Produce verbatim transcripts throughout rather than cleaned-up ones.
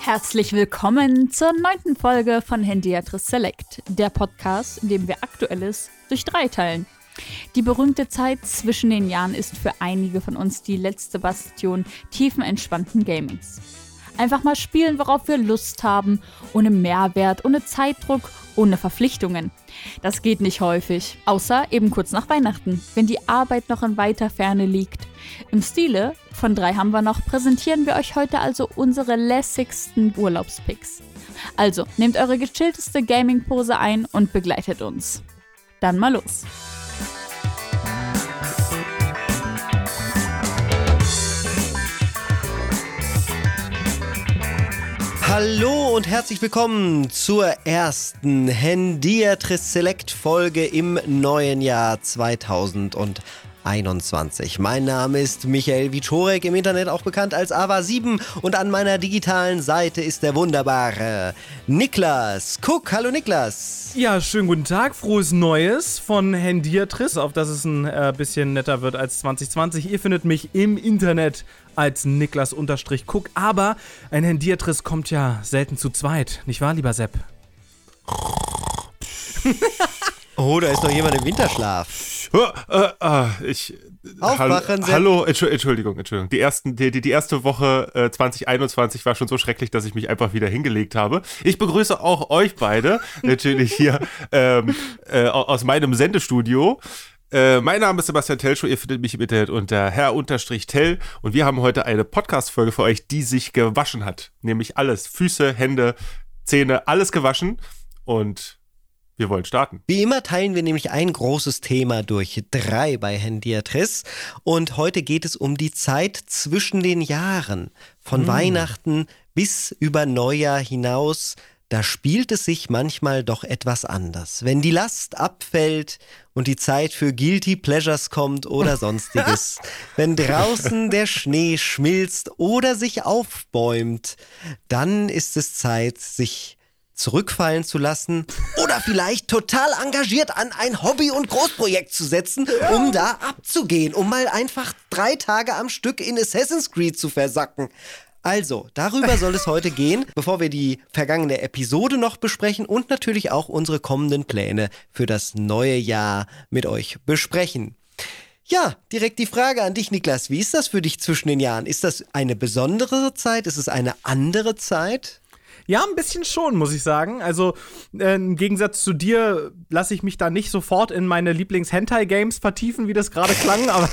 Herzlich willkommen zur neunten Folge von Hendiatris Select, der Podcast, in dem wir Aktuelles durch drei teilen. Die berühmte Zeit zwischen den Jahren ist für einige von uns die letzte Bastion tiefenentspannten Gamings. Einfach mal spielen, worauf wir Lust haben, ohne Mehrwert, ohne Zeitdruck, ohne Verpflichtungen. Das geht nicht häufig, außer eben kurz nach Weihnachten, wenn die Arbeit noch in weiter Ferne liegt. Im Stile von drei haben wir noch, präsentieren wir euch heute also unsere lässigsten Urlaubspicks. Also, nehmt eure gechillteste Gaming-Pose ein und begleitet uns. Dann mal los. Hallo und herzlich willkommen zur ersten Hendiatris Select Folge im neuen Jahr zweitausendeinundzwanzig. Mein Name ist Michael Wieczorek, im Internet auch bekannt als Ava sieben, und an meiner digitalen Seite ist der wunderbare Niklas Cook. Hallo Niklas. Ja, schönen guten Tag, frohes Neues von Hendiatris, auf dass es ein äh, bisschen netter wird als zwanzig zwanzig. Ihr findet mich im Internet als Niklas-Cook, aber ein Hendiatris kommt ja selten zu zweit, nicht wahr, lieber Sepp? Oh, da ist noch jemand im Winterschlaf. Oh, äh, äh, ich, Aufwachen, Sepp. Hallo, Entschuldigung, Entschuldigung. Die, ersten, die, die, die erste Woche äh, zwanzig einundzwanzig war schon so schrecklich, dass ich mich einfach wieder hingelegt habe. Ich begrüße auch euch beide, natürlich hier ähm, äh, aus meinem Sendestudio. Äh, mein Name ist Sebastian Telschow, ihr findet mich im Internet unter Herr-Tell, und wir haben heute eine Podcast-Folge für euch, die sich gewaschen hat. Nämlich alles, Füße, Hände, Zähne, alles gewaschen, und wir wollen starten. Wie immer teilen wir nämlich ein großes Thema durch drei bei Hendiatris, und heute geht es um die Zeit zwischen den Jahren, von hm. Weihnachten bis über Neujahr hinaus. Da spielt es sich manchmal doch etwas anders. Wenn die Last abfällt und die Zeit für Guilty Pleasures kommt oder sonstiges. Wenn draußen der Schnee schmilzt oder sich aufbäumt, dann ist es Zeit, sich zurückfallen zu lassen oder vielleicht total engagiert an ein Hobby- und Großprojekt zu setzen, um da abzugehen, um mal einfach drei Tage am Stück in Assassin's Creed zu versacken. Also, darüber soll es heute gehen, bevor wir die vergangene Episode noch besprechen und natürlich auch unsere kommenden Pläne für das neue Jahr mit euch besprechen. Ja, direkt die Frage an dich, Niklas. Wie ist das für dich zwischen den Jahren? Ist das eine besondere Zeit? Ist es eine andere Zeit? Ja, ein bisschen schon, muss ich sagen. Also äh, im Gegensatz zu dir lasse ich mich da nicht sofort in meine Lieblings-Hentai-Games vertiefen, wie das gerade klang. Aber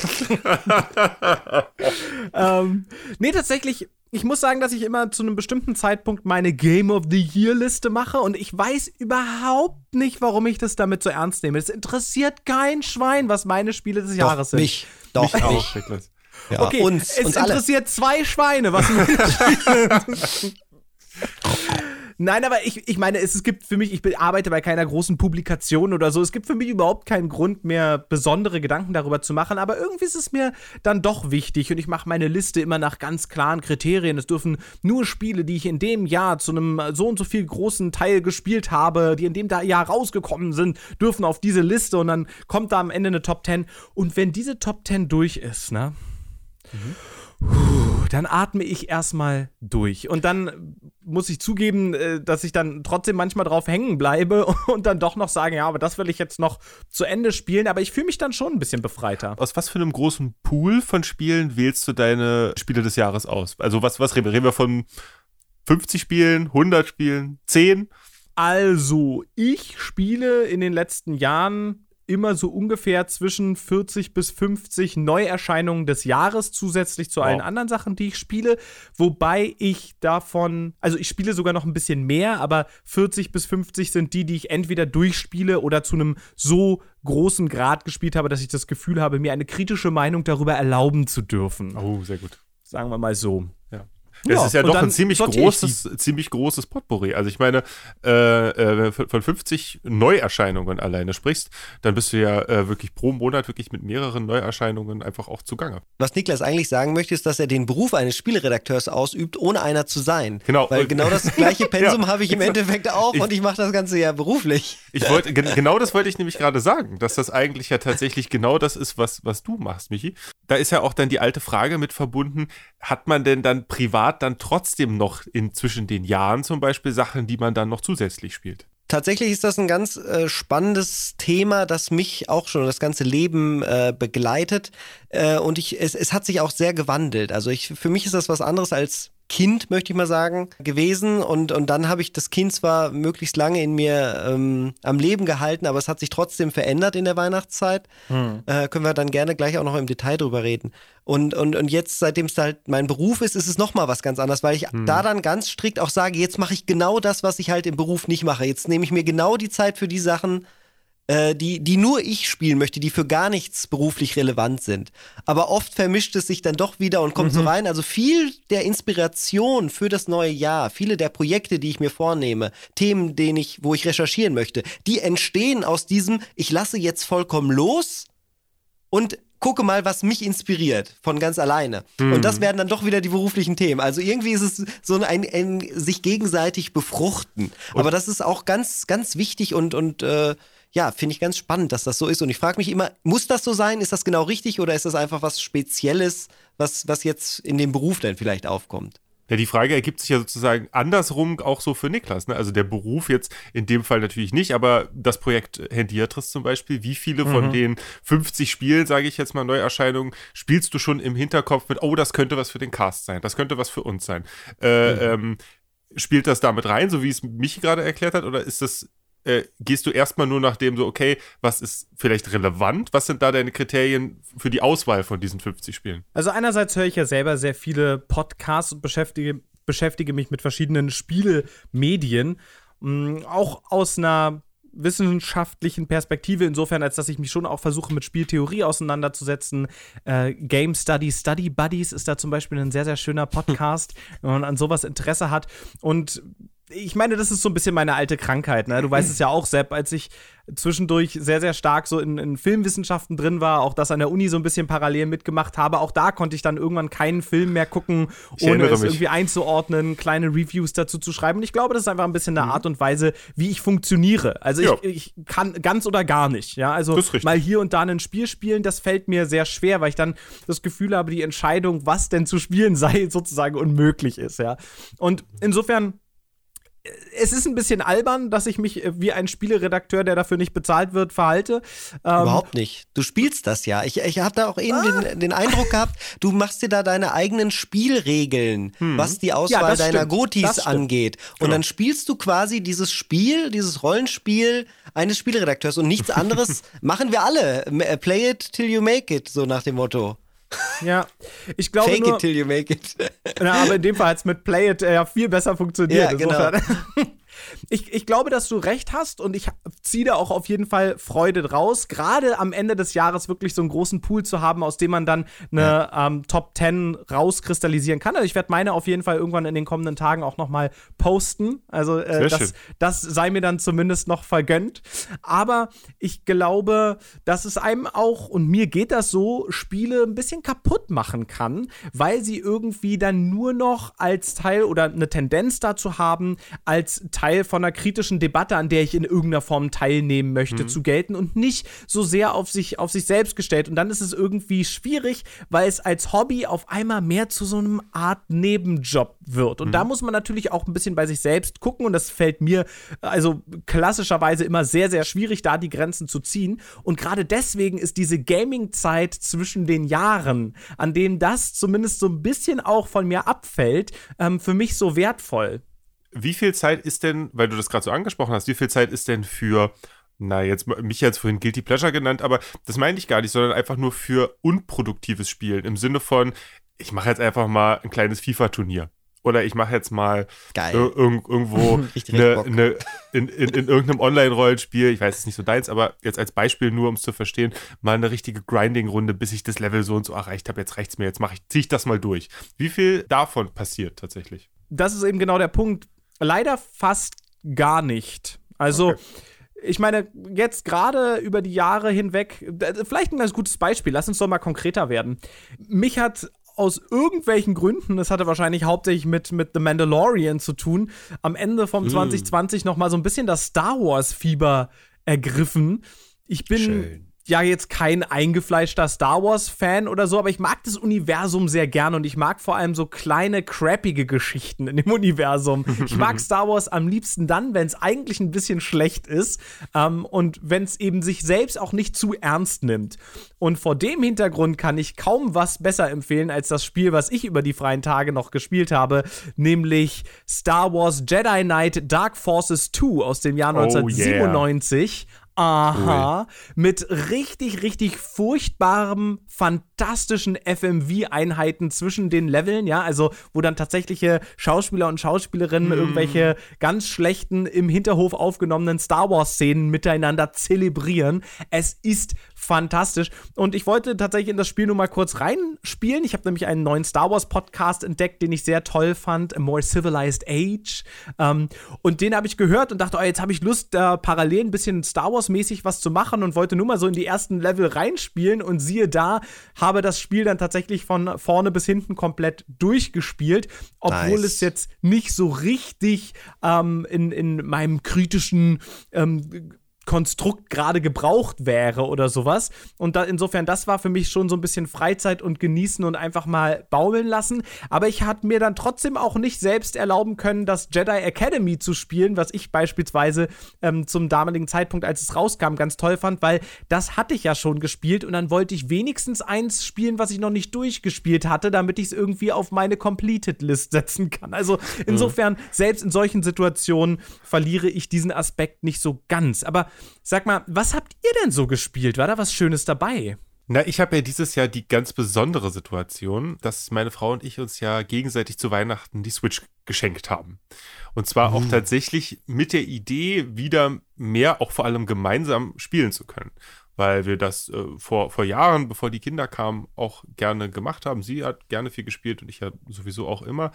ähm, nee, tatsächlich, ich muss sagen, dass ich immer zu einem bestimmten Zeitpunkt meine Game of the Year-Liste mache, und ich weiß überhaupt nicht, warum ich das damit so ernst nehme. Es interessiert kein Schwein, was meine Spiele des Doch, Jahres sind. Mich. Doch, mich auch, mich. Niklas. Ja, okay, uns, es uns interessiert alle. zwei Schweine, was meine Spiele Nein, aber ich, ich meine, es, es gibt für mich, ich arbeite bei keiner großen Publikation oder so, es gibt für mich überhaupt keinen Grund mehr, besondere Gedanken darüber zu machen, aber irgendwie ist es mir dann doch wichtig, und ich mache meine Liste immer nach ganz klaren Kriterien. Es dürfen nur Spiele, die ich in dem Jahr zu einem so und so viel großen Teil gespielt habe, die in dem Jahr rausgekommen sind, dürfen auf diese Liste, und dann kommt da am Ende eine Top zehn, und wenn diese Top zehn durch ist, ne, mhm. dann atme ich erstmal durch. Und dann muss ich zugeben, dass ich dann trotzdem manchmal drauf hängen bleibe und dann doch noch sage, ja, aber das will ich jetzt noch zu Ende spielen. Aber ich fühle mich dann schon ein bisschen befreiter. Aus was für einem großen Pool von Spielen wählst du deine Spiele des Jahres aus? Also was, was reden wir? Reden wir von fünfzig Spielen, hundert Spielen, zehn? Also, ich spiele in den letzten Jahren immer so ungefähr zwischen vierzig bis fünfzig Neuerscheinungen des Jahres, zusätzlich zu allen wow. anderen Sachen, die ich spiele. Wobei ich davon, also ich spiele sogar noch ein bisschen mehr, aber vierzig bis fünfzig sind die, die ich entweder durchspiele oder zu einem so großen Grad gespielt habe, dass ich das Gefühl habe, mir eine kritische Meinung darüber erlauben zu dürfen. Oh, sehr gut. Sagen wir mal so. Ja. Das Ja, ist ja und doch dann ein ziemlich großes, ziemlich großes Potpourri. Also ich meine, äh, äh, von fünfzig Neuerscheinungen alleine sprichst, dann bist du ja äh, wirklich pro Monat wirklich mit mehreren Neuerscheinungen einfach auch zugange. Was Niklas eigentlich sagen möchte, ist, dass er den Beruf eines Spieleredakteurs ausübt, ohne einer zu sein. Genau. Weil genau das gleiche Pensum Ja. habe ich im Endeffekt auch, Ich- und ich mache das Ganze ja beruflich. Ich wollte, gen- genau das wollte ich nämlich gerade sagen, dass das eigentlich ja tatsächlich genau das ist, was, was du machst, Michi. Da ist ja auch dann die alte Frage mit verbunden, hat man denn dann privat dann trotzdem noch in zwischen den Jahren zum Beispiel Sachen, die man dann noch zusätzlich spielt? Tatsächlich ist das ein ganz äh, spannendes Thema, das mich auch schon das ganze Leben äh, begleitet. Äh, und ich, es, es hat sich auch sehr gewandelt. Also ich, für mich ist das was anderes als Kind, möchte ich mal sagen, gewesen. Und, und dann habe ich das Kind zwar möglichst lange in mir ähm, am Leben gehalten, aber es hat sich trotzdem verändert in der Weihnachtszeit. Hm. Äh, können wir dann gerne gleich auch noch im Detail drüber reden. Und, und, und jetzt, seitdem es halt mein Beruf ist, ist es nochmal was ganz anderes, weil ich hm. da dann ganz strikt auch sage, jetzt mache ich genau das, was ich halt im Beruf nicht mache. Jetzt nehme ich mir genau die Zeit für die Sachen, äh, die, die nur ich spielen möchte, die für gar nichts beruflich relevant sind. Aber oft vermischt es sich dann doch wieder und kommt mhm. so rein. Also viel der Inspiration für das neue Jahr, viele der Projekte, die ich mir vornehme, Themen, denen ich, wo ich recherchieren möchte, die entstehen aus diesem, ich lasse jetzt vollkommen los und gucke mal, was mich inspiriert, von ganz alleine. Mhm. Und das werden dann doch wieder die beruflichen Themen. Also irgendwie ist es so ein, ein sich gegenseitig befruchten. Und aber das ist auch ganz, ganz wichtig und, und äh, ja, finde ich ganz spannend, dass das so ist. Und ich frage mich immer, muss das so sein? Ist das genau richtig oder ist das einfach was Spezielles, was, was jetzt in dem Beruf dann vielleicht aufkommt? Ja, die Frage ergibt sich ja sozusagen andersrum auch so für Niklas, ne? Also der Beruf jetzt in dem Fall natürlich nicht, aber das Projekt Hendiatris zum Beispiel, wie viele mhm. von den fünfzig Spielen, sage ich jetzt mal, Neuerscheinungen, spielst du schon im Hinterkopf mit, oh, das könnte was für den Cast sein, das könnte was für uns sein. Äh, mhm. ähm, spielt das damit rein, so wie es Michi gerade erklärt hat, oder ist das Äh, gehst du erstmal nur nach dem so, okay, was ist vielleicht relevant? Was sind da deine Kriterien für die Auswahl von diesen fünfzig Spielen? Also einerseits höre ich ja selber sehr viele Podcasts und beschäftige, beschäftige mich mit verschiedenen Spielemedien, mh, auch aus einer wissenschaftlichen Perspektive, insofern, als dass ich mich schon auch versuche, mit Spieltheorie auseinanderzusetzen. Äh, Game Study, Study Buddies ist da zum Beispiel ein sehr, sehr schöner Podcast, wenn man an sowas Interesse hat. Und ich meine, das ist so ein bisschen meine alte Krankheit, ne? Du weißt es ja auch, Sepp, als ich zwischendurch sehr, sehr stark so in, in Filmwissenschaften drin war, auch das an der Uni so ein bisschen parallel mitgemacht habe, auch da konnte ich dann irgendwann keinen Film mehr gucken, ohne es mich. irgendwie einzuordnen, kleine Reviews dazu zu schreiben. Und ich glaube, das ist einfach ein bisschen eine mhm. Art und Weise, wie ich funktioniere. Also ich, ich kann ganz oder gar nicht, ja, also mal hier und da ein Spiel spielen, das fällt mir sehr schwer, weil ich dann das Gefühl habe, die Entscheidung, was denn zu spielen sei, sozusagen unmöglich ist, ja. Und insofern es ist ein bisschen albern, dass ich mich wie ein Spieleredakteur, der dafür nicht bezahlt wird, verhalte. Ähm, Überhaupt nicht. Du spielst das ja. Ich, ich habe da auch eben ah. den, den Eindruck gehabt, du machst dir da deine eigenen Spielregeln, hm. was die Auswahl ja, deiner stimmt. Gotis angeht. Und genau. dann spielst du quasi dieses Spiel, dieses Rollenspiel eines Spielredakteurs und nichts anderes machen wir alle. Play it till you make it, so nach dem Motto. Ja, ich glaube Fake nur, it till you make it. Na, aber in dem Fall hat es mit Play it ja viel besser funktioniert. Ja, genau. Ich, ich glaube, dass du recht hast und ich ziehe da auch auf jeden Fall Freude draus, gerade am Ende des Jahres wirklich so einen großen Pool zu haben, aus dem man dann eine ja. ähm, Top zehn rauskristallisieren kann. Also ich werde meine auf jeden Fall irgendwann in den kommenden Tagen auch noch mal posten. Also äh, das, das sei mir dann zumindest noch vergönnt. Aber ich glaube, dass es einem auch, und mir geht das so, Spiele ein bisschen kaputt machen kann, weil sie irgendwie dann nur noch als Teil oder eine Tendenz dazu haben, als Teil von einer kritischen Debatte, an der ich in irgendeiner Form teilnehmen möchte, mhm. zu gelten und nicht so sehr auf sich, auf sich selbst gestellt. Und dann ist es irgendwie schwierig, weil es als Hobby auf einmal mehr zu so einem Art Nebenjob wird. Und mhm. da muss man natürlich auch ein bisschen bei sich selbst gucken und das fällt mir also klassischerweise immer sehr, sehr schwierig, da die Grenzen zu ziehen. Und gerade deswegen ist diese Gaming-Zeit zwischen den Jahren, an denen das zumindest so ein bisschen auch von mir abfällt, ähm, für mich so wertvoll. Wie viel Zeit ist denn, weil du das gerade so angesprochen hast, wie viel Zeit ist denn für, na jetzt, mich jetzt vorhin Guilty Pleasure genannt, aber das meine ich gar nicht, sondern einfach nur für unproduktives Spielen, im Sinne von, ich mache jetzt einfach mal ein kleines FIFA-Turnier. Oder ich mache jetzt mal ir- ir- irgendwo eine, eine, in, in, in irgendeinem Online-Rollenspiel, ich weiß, es ist nicht so deins, aber jetzt als Beispiel nur, um es zu verstehen, mal eine richtige Grinding-Runde, bis ich das Level so und so erreicht habe, jetzt reicht's mir, jetzt mache ich, ziehe ich das mal durch. Wie viel davon passiert tatsächlich? Das ist eben genau der Punkt. Leider fast gar nicht. Also, okay. Ich meine, jetzt gerade über die Jahre hinweg, vielleicht ein ganz gutes Beispiel, lass uns doch mal konkreter werden. Mich hat aus irgendwelchen Gründen, das hatte wahrscheinlich hauptsächlich mit, mit The Mandalorian zu tun, am Ende vom mm. zwanzig zwanzig noch mal so ein bisschen das Star Wars-Fieber ergriffen. Ich bin Schön. ja jetzt kein eingefleischter Star Wars-Fan oder so, aber ich mag das Universum sehr gern und ich mag vor allem so kleine, crappige Geschichten in dem Universum. Ich mag Star Wars am liebsten dann, wenn es eigentlich ein bisschen schlecht ist ähm, und wenn es eben sich selbst auch nicht zu ernst nimmt. Und vor dem Hintergrund kann ich kaum was besser empfehlen als das Spiel, was ich über die freien Tage noch gespielt habe, nämlich Star Wars Jedi Knight Dark Forces zwei aus dem Jahr neunzehnhundertsiebenundneunzig. Oh, yeah. Aha, cool. Mit richtig, richtig furchtbarem, fantastischen F M V-Einheiten zwischen den Leveln, ja, also wo dann tatsächliche Schauspieler und Schauspielerinnen hm. irgendwelche ganz schlechten, im Hinterhof aufgenommenen Star Wars-Szenen miteinander zelebrieren. Es ist fantastisch und ich wollte tatsächlich in das Spiel nur mal kurz reinspielen. Ich habe nämlich einen neuen Star Wars-Podcast entdeckt, den ich sehr toll fand, A More Civilized Age, ähm, und den habe ich gehört und dachte, oh, jetzt habe ich Lust, da parallel ein bisschen Star Wars mäßig was zu machen und wollte nur mal so in die ersten Level reinspielen und siehe da, habe das Spiel dann tatsächlich von vorne bis hinten komplett durchgespielt, obwohl nice. Es jetzt nicht so richtig ähm, in, in meinem kritischen ähm, Konstrukt gerade gebraucht wäre oder sowas. Und da, insofern, das war für mich schon so ein bisschen Freizeit und genießen und einfach mal baumeln lassen. Aber ich hatte mir dann trotzdem auch nicht selbst erlauben können, das Jedi Academy zu spielen, was ich beispielsweise ähm, zum damaligen Zeitpunkt, als es rauskam, ganz toll fand, weil das hatte ich ja schon gespielt und dann wollte ich wenigstens eins spielen, was ich noch nicht durchgespielt hatte, damit ich es irgendwie auf meine Completed-List setzen kann. Also insofern, mhm. selbst in solchen Situationen verliere ich diesen Aspekt nicht so ganz. Aber sag mal, was habt ihr denn so gespielt? War da was Schönes dabei? Na, ich habe ja dieses Jahr die ganz besondere Situation, dass meine Frau und ich uns ja gegenseitig zu Weihnachten die Switch geschenkt haben. Und zwar mhm. auch tatsächlich mit der Idee, wieder mehr auch vor allem gemeinsam spielen zu können. Weil wir das äh, vor, vor Jahren, bevor die Kinder kamen, auch gerne gemacht haben. Sie hat gerne viel gespielt und ich ja sowieso auch immer.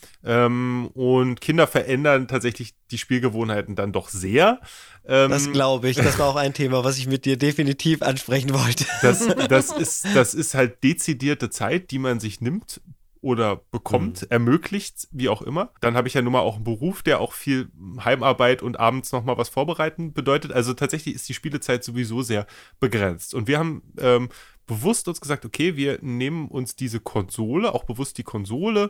Ähm, und Kinder verändern tatsächlich die Spielgewohnheiten dann doch sehr. Ähm, das glaube ich. Das war auch ein Thema, was ich mit dir definitiv ansprechen wollte. Das, das, ist, das ist halt dezidierte Zeit, die man sich nimmt oder bekommt, mhm. ermöglicht, wie auch immer. Dann habe ich ja nun mal auch einen Beruf, der auch viel Heimarbeit und abends nochmal was vorbereiten bedeutet. Also tatsächlich ist die Spielezeit sowieso sehr begrenzt. Und wir haben ähm, bewusst uns gesagt, okay, wir nehmen uns diese Konsole, auch bewusst die Konsole,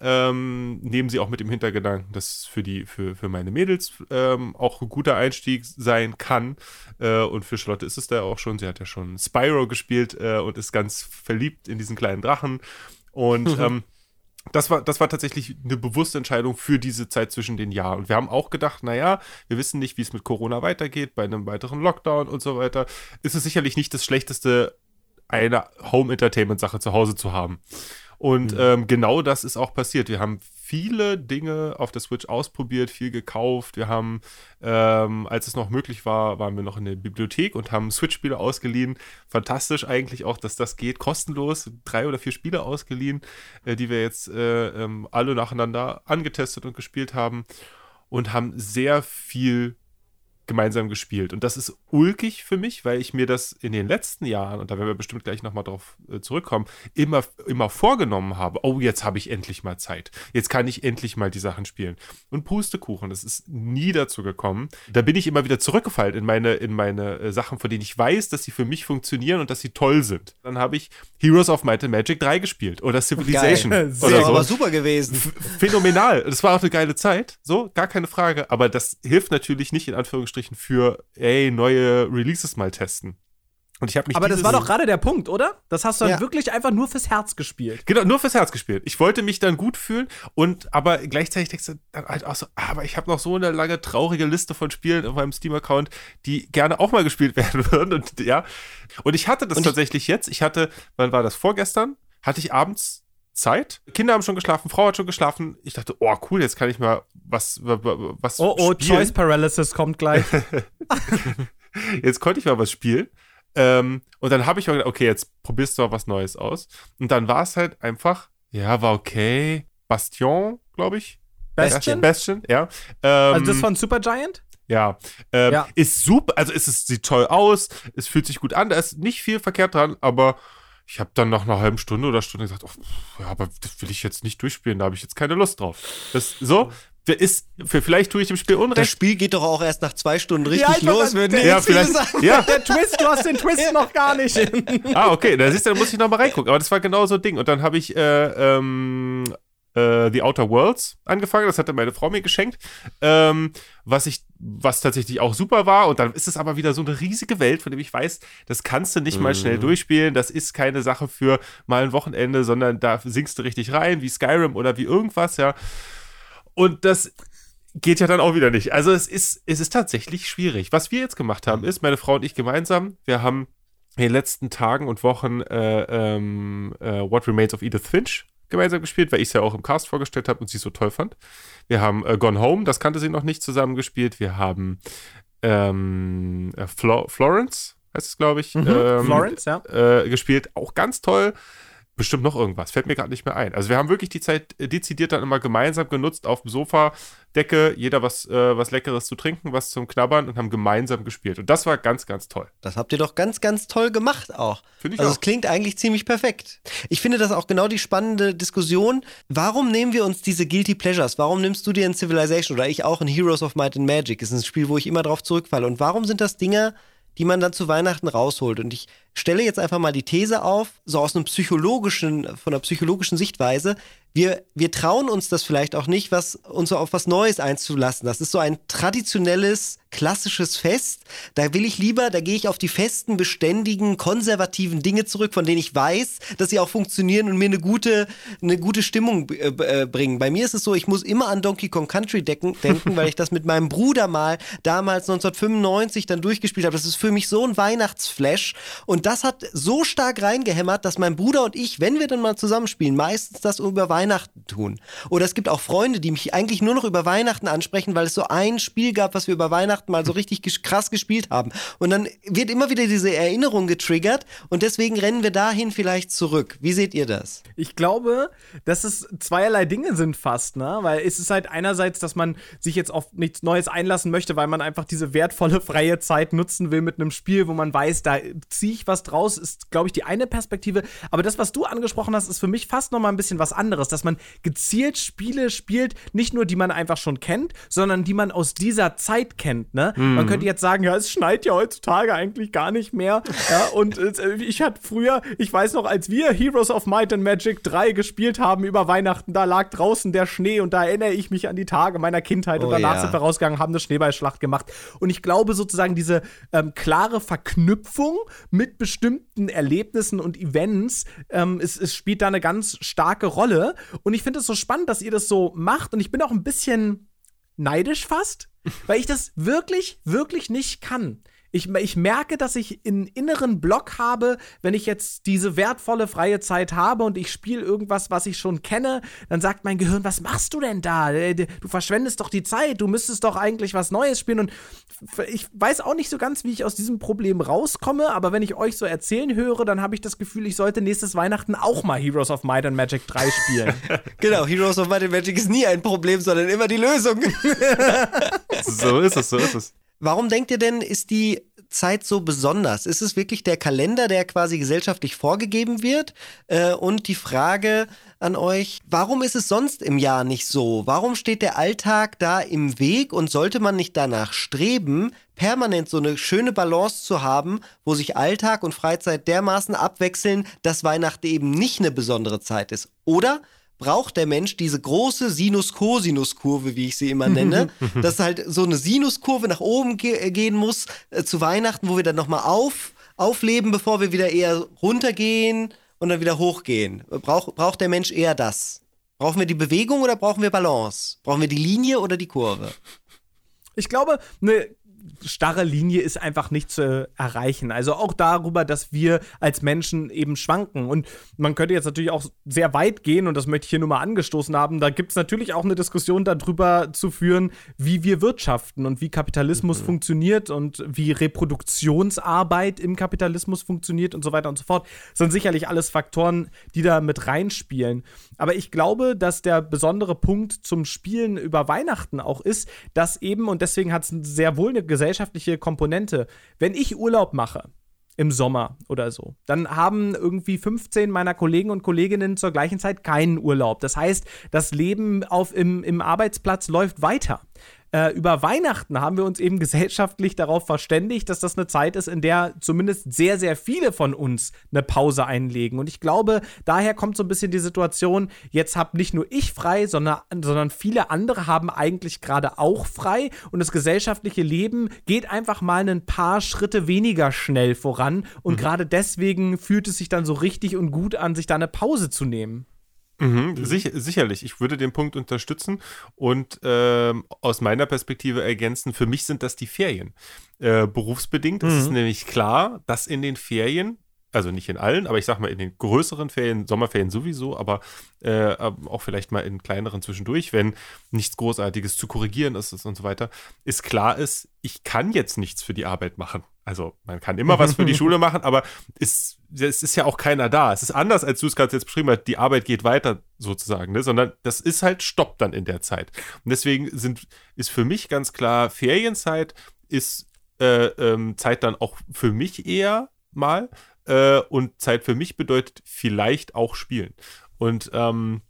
ähm, nehmen sie auch mit dem Hintergedanken, dass es für, die, für, für meine Mädels ähm, auch ein guter Einstieg sein kann. Äh, und für Charlotte ist es da auch schon. Sie hat ja schon Spyro gespielt äh, und ist ganz verliebt in diesen kleinen Drachen. Und ähm, das war, das war tatsächlich eine bewusste Entscheidung für diese Zeit zwischen den Jahren. Und wir haben auch gedacht, naja, wir wissen nicht, wie es mit Corona weitergeht, bei einem weiteren Lockdown und so weiter. Ist es sicherlich nicht das Schlechteste, eine Home-Entertainment-Sache zu Hause zu haben. Und mhm. ähm, genau das ist auch passiert. Wir haben viele Dinge auf der Switch ausprobiert, viel gekauft. Wir haben, ähm, als es noch möglich war, waren wir noch in der Bibliothek und haben Switch-Spiele ausgeliehen. Fantastisch eigentlich auch, dass das geht, kostenlos. Drei oder vier Spiele ausgeliehen, äh, die wir jetzt äh, ähm, alle nacheinander angetestet und gespielt haben und haben sehr viel gemeinsam gespielt. Und das ist ulkig für mich, weil ich mir das in den letzten Jahren, und da werden wir bestimmt gleich nochmal drauf äh, zurückkommen, immer, immer vorgenommen habe, oh, jetzt habe ich endlich mal Zeit. Jetzt kann ich endlich mal die Sachen spielen. Und Pustekuchen, das ist nie dazu gekommen. Da bin ich immer wieder zurückgefallen in meine, in meine äh, Sachen, von denen ich weiß, dass sie für mich funktionieren und dass sie toll sind. Dann habe ich Heroes of Might and Magic drei gespielt oder Civilization. Geil. Das ist aber super gewesen. F- phänomenal. Das war auch eine geile Zeit, so, gar keine Frage. Aber das hilft natürlich nicht, in Anführungsstrichen, für, ey, neue Releases mal testen. Und ich habe mich Aber das war doch gerade der Punkt, oder? Das hast du dann ja. wirklich einfach nur fürs Herz gespielt. Genau, nur fürs Herz gespielt. Ich wollte mich dann gut fühlen und aber gleichzeitig denkst du dann halt auch so, aber ich habe noch so eine lange, traurige Liste von Spielen auf meinem Steam-Account, die gerne auch mal gespielt werden würden. Und ja, und ich hatte das und tatsächlich jetzt. Ich hatte, wann war das? Vorgestern hatte ich abends Zeit. Kinder haben schon geschlafen, Frau hat schon geschlafen. Ich dachte, oh cool, jetzt kann ich mal was, was Oh, oh, spielen. Choice Paralysis kommt gleich. Jetzt konnte ich mal was spielen. Ähm, und dann habe ich mal gedacht, okay, jetzt probierst du mal was Neues aus. Und dann war es halt einfach, ja, war okay. Bastion, glaube ich. Bastion? Bastion, ja. Ähm, also das von Supergiant? Ja, ähm, ja. Ist super, also es ist, sieht toll aus, es fühlt sich gut an, da ist nicht viel verkehrt dran, aber ich habe dann nach einer halben Stunde oder Stunde gesagt, oh, ja, aber das will ich jetzt nicht durchspielen, da habe ich jetzt keine Lust drauf. Das, so, Ist, für, vielleicht tue ich dem Spiel Unrecht. Das Spiel geht doch auch erst nach zwei Stunden richtig ja, los. Wenn der, ja, vielleicht, ja. Der Twist, du hast den Twist noch gar nicht. Ah, okay, da siehst du, da muss ich nochmal reingucken. Aber das war genau so ein Ding. Und dann habe ich äh, ähm, äh, The Outer Worlds angefangen. Das hatte meine Frau mir geschenkt. Ähm, was ich, was tatsächlich auch super war. Und dann ist es aber wieder so eine riesige Welt, von dem ich weiß, das kannst du nicht mhm. mal schnell durchspielen. Das ist keine Sache für mal ein Wochenende, sondern da sinkst du richtig rein, wie Skyrim oder wie irgendwas, ja. Und das geht ja dann auch wieder nicht. Also es ist, es ist tatsächlich schwierig. Was wir jetzt gemacht haben, ist, meine Frau und ich gemeinsam, wir haben in den letzten Tagen und Wochen äh, ähm, äh, What Remains of Edith Finch gemeinsam gespielt, weil ich es ja auch im Cast vorgestellt habe und sie es so toll fand. Wir haben äh, Gone Home, das kannte sie noch nicht, zusammen gespielt. Wir haben ähm, äh, Flo- Florence, heißt es, glaube ich. Mhm. Ähm, Florence, ja. Äh, gespielt, auch ganz toll. Bestimmt noch irgendwas, fällt mir gerade nicht mehr ein. Also wir haben wirklich die Zeit dezidiert dann immer gemeinsam genutzt auf dem Sofa, Decke, jeder was, äh, was Leckeres zu trinken, was zum Knabbern und haben gemeinsam gespielt. Und das war ganz, ganz toll. Das habt ihr doch ganz, ganz toll gemacht auch. Finde ich also auch. es klingt eigentlich ziemlich perfekt. Ich finde das auch genau die spannende Diskussion. Warum nehmen wir uns diese Guilty Pleasures? Warum nimmst du dir in Civilization oder ich auch in Heroes of Might and Magic? Das ist ein Spiel, wo ich immer drauf zurückfalle. Und warum sind das Dinger, die man dann zu Weihnachten rausholt? Und ich stelle jetzt einfach mal die These auf, so aus einem psychologischen, von einer psychologischen Sichtweise, wir, wir trauen uns das vielleicht auch nicht, was, uns so auf was Neues einzulassen. Das ist so ein traditionelles, klassisches Fest. Da will ich lieber, da gehe ich auf die festen, beständigen, konservativen Dinge zurück, von denen ich weiß, dass sie auch funktionieren und mir eine gute, eine gute Stimmung äh, bringen. Bei mir ist es so, ich muss immer an Donkey Kong Country denken, denken weil ich das mit meinem Bruder mal damals neunzehnhundertfünfundneunzig dann durchgespielt habe. Das ist für mich so ein Weihnachtsflash. Und das hat so stark reingehämmert, dass mein Bruder und ich, wenn wir dann mal zusammenspielen, meistens das über Weihnachten tun. Oder es gibt auch Freunde, die mich eigentlich nur noch über Weihnachten ansprechen, weil es so ein Spiel gab, was wir über Weihnachten mal so richtig ges- krass gespielt haben. Und dann wird immer wieder diese Erinnerung getriggert und deswegen rennen wir dahin vielleicht zurück. Wie seht ihr das? Ich glaube, dass es zweierlei Dinge sind fast, ne? Weil es ist halt einerseits, dass man sich jetzt auf nichts Neues einlassen möchte, weil man einfach diese wertvolle freie Zeit nutzen will mit einem Spiel, wo man weiß, da ziehe ich was draus, ist, glaube ich, die eine Perspektive. Aber das, was du angesprochen hast, ist für mich fast noch mal ein bisschen was anderes, dass man gezielt Spiele spielt, nicht nur die man einfach schon kennt, sondern die man aus dieser Zeit kennt, ne? Mhm. Man könnte jetzt sagen, ja, es schneit ja heutzutage eigentlich gar nicht mehr. Ja, und äh, ich hatte früher, ich weiß noch, als wir Heroes of Might and Magic drei gespielt haben über Weihnachten, da lag draußen der Schnee und da erinnere ich mich an die Tage meiner Kindheit. Oh, und danach ja. sind wir rausgegangen, haben eine Schneeballschlacht gemacht. Und ich glaube sozusagen diese ähm, klare Verknüpfung mit bestimmten Erlebnissen und Events, ähm, es, es spielt da eine ganz starke Rolle. Und ich finde es so spannend, dass ihr das so macht. Und ich bin auch ein bisschen neidisch fast, weil ich das wirklich, wirklich nicht kann. Ich, ich merke, dass ich einen inneren Block habe, wenn ich jetzt diese wertvolle freie Zeit habe und ich spiele irgendwas, was ich schon kenne, dann sagt mein Gehirn, was machst du denn da? Du verschwendest doch die Zeit, du müsstest doch eigentlich was Neues spielen. Und ich weiß auch nicht so ganz, wie ich aus diesem Problem rauskomme, aber wenn ich euch so erzählen höre, dann habe ich das Gefühl, ich sollte nächstes Weihnachten auch mal Heroes of Might and Magic drei spielen. Genau, Heroes of Might and Magic ist nie ein Problem, sondern immer die Lösung. So ist es, so ist es. Warum denkt ihr denn, ist die Zeit so besonders? Ist es wirklich der Kalender, der quasi gesellschaftlich vorgegeben wird? Äh, und die Frage an euch, warum ist es sonst im Jahr nicht so? Warum steht der Alltag da im Weg und sollte man nicht danach streben, permanent so eine schöne Balance zu haben, wo sich Alltag und Freizeit dermaßen abwechseln, dass Weihnachten eben nicht eine besondere Zeit ist? Oder braucht der Mensch diese große Sinus-Cosinus-Kurve, wie ich sie immer nenne, dass halt so eine Sinuskurve nach oben ge- gehen muss äh, zu Weihnachten, wo wir dann nochmal auf, aufleben, bevor wir wieder eher runtergehen und dann wieder hochgehen. Brauch, braucht der Mensch eher das? Brauchen wir die Bewegung oder brauchen wir Balance? Brauchen wir die Linie oder die Kurve? Ich glaube, eine starre Linie ist einfach nicht zu erreichen. Also auch darüber, dass wir als Menschen eben schwanken. Und man könnte jetzt natürlich auch sehr weit gehen, und das möchte ich hier nur mal angestoßen haben. Da gibt es natürlich auch eine Diskussion darüber zu führen, wie wir wirtschaften und wie Kapitalismus mhm. funktioniert und wie Reproduktionsarbeit im Kapitalismus funktioniert und so weiter und so fort. Das sind sicherlich alles Faktoren, die da mit reinspielen. Aber ich glaube, dass der besondere Punkt zum Spielen über Weihnachten auch ist, dass eben, und deswegen hat es sehr wohl eine gesellschaftliche Komponente, wenn ich Urlaub mache im Sommer oder so. Dann haben irgendwie fünfzehn meiner Kollegen und Kolleginnen zur gleichen Zeit keinen Urlaub. Das heißt, das Leben auf, im, im Arbeitsplatz läuft weiter. Äh, über Weihnachten haben wir uns eben gesellschaftlich darauf verständigt, dass das eine Zeit ist, in der zumindest sehr, sehr viele von uns eine Pause einlegen. Und ich glaube, daher kommt so ein bisschen die Situation, jetzt habe nicht nur ich frei, sondern, sondern viele andere haben eigentlich gerade auch frei. Und das gesellschaftliche Leben geht einfach mal ein paar Schritte weniger schnell voran. Und mhm. gerade deswegen fühlt es sich dann so richtig und gut an, sich da eine Pause zu nehmen. Mhm, sich, sicherlich. Ich würde den Punkt unterstützen und ähm, aus meiner Perspektive ergänzen, für mich sind das die Ferien. Äh, berufsbedingt mhm. ist es nämlich klar, dass in den Ferien, also nicht in allen, aber ich sag mal in den größeren Ferien, Sommerferien sowieso, aber äh, auch vielleicht mal in kleineren zwischendurch, wenn nichts Großartiges zu korrigieren ist und so weiter, ist klar ist, ich kann jetzt nichts für die Arbeit machen. Also man kann immer was für die Schule machen, aber es, es ist ja auch keiner da. Es ist anders, als du es gerade jetzt beschrieben hast, die Arbeit geht weiter sozusagen, ne? Sondern das ist halt Stopp dann in der Zeit. Und deswegen sind, ist für mich ganz klar, Ferienzeit ist äh, ähm, Zeit dann auch für mich eher mal äh, und Zeit für mich bedeutet vielleicht auch spielen. Und ähm,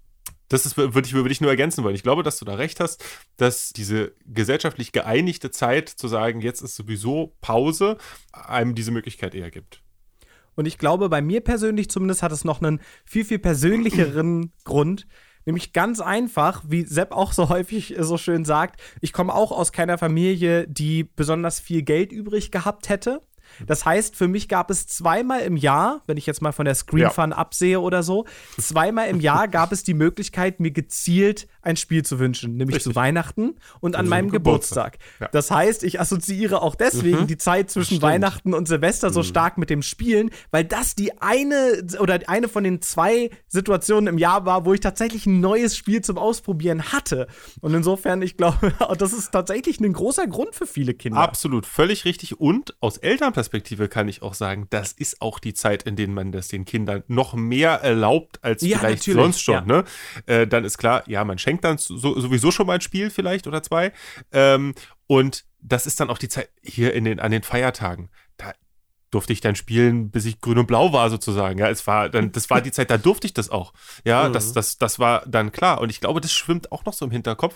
das ist, würde ich, würde ich nur ergänzen wollen. Ich glaube, dass du da recht hast, dass diese gesellschaftlich geeinigte Zeit zu sagen, jetzt ist sowieso Pause, einem diese Möglichkeit eher gibt. Und ich glaube, bei mir persönlich zumindest hat es noch einen viel, viel persönlicheren Grund. Nämlich ganz einfach, wie Sepp auch so häufig so schön sagt, ich komme auch aus keiner Familie, die besonders viel Geld übrig gehabt hätte. Das heißt, für mich gab es zweimal im Jahr, wenn ich jetzt mal von der Screen Fun ja. absehe oder so, zweimal im Jahr gab es die Möglichkeit, mir gezielt ein Spiel zu wünschen, nämlich Richtig. zu Weihnachten und an meinem Geburtstag. Geburtstag. Ja. Das heißt, ich assoziiere auch deswegen mhm. die Zeit zwischen Weihnachten und Silvester so mhm. stark mit dem Spielen, weil das die eine oder eine von den zwei Situationen im Jahr war, wo ich tatsächlich ein neues Spiel zum Ausprobieren hatte. Und insofern, ich glaube, das ist tatsächlich ein großer Grund für viele Kinder. Absolut, völlig richtig. Und aus Elternperspektive Perspektive kann ich auch sagen, das ist auch die Zeit, in der man das den Kindern noch mehr erlaubt als ja, vielleicht natürlich. sonst schon. Ja. Ne? Äh, dann ist klar, ja, man schenkt dann so, sowieso schon mal ein Spiel vielleicht oder zwei. Ähm, und das ist dann auch die Zeit hier in den, an den Feiertagen. Da durfte ich dann spielen, bis ich grün und blau war sozusagen. Ja, es war dann, das war die Zeit, da durfte ich das auch. Ja, mhm. das, das, das war dann klar. Und ich glaube, das schwimmt auch noch so im Hinterkopf.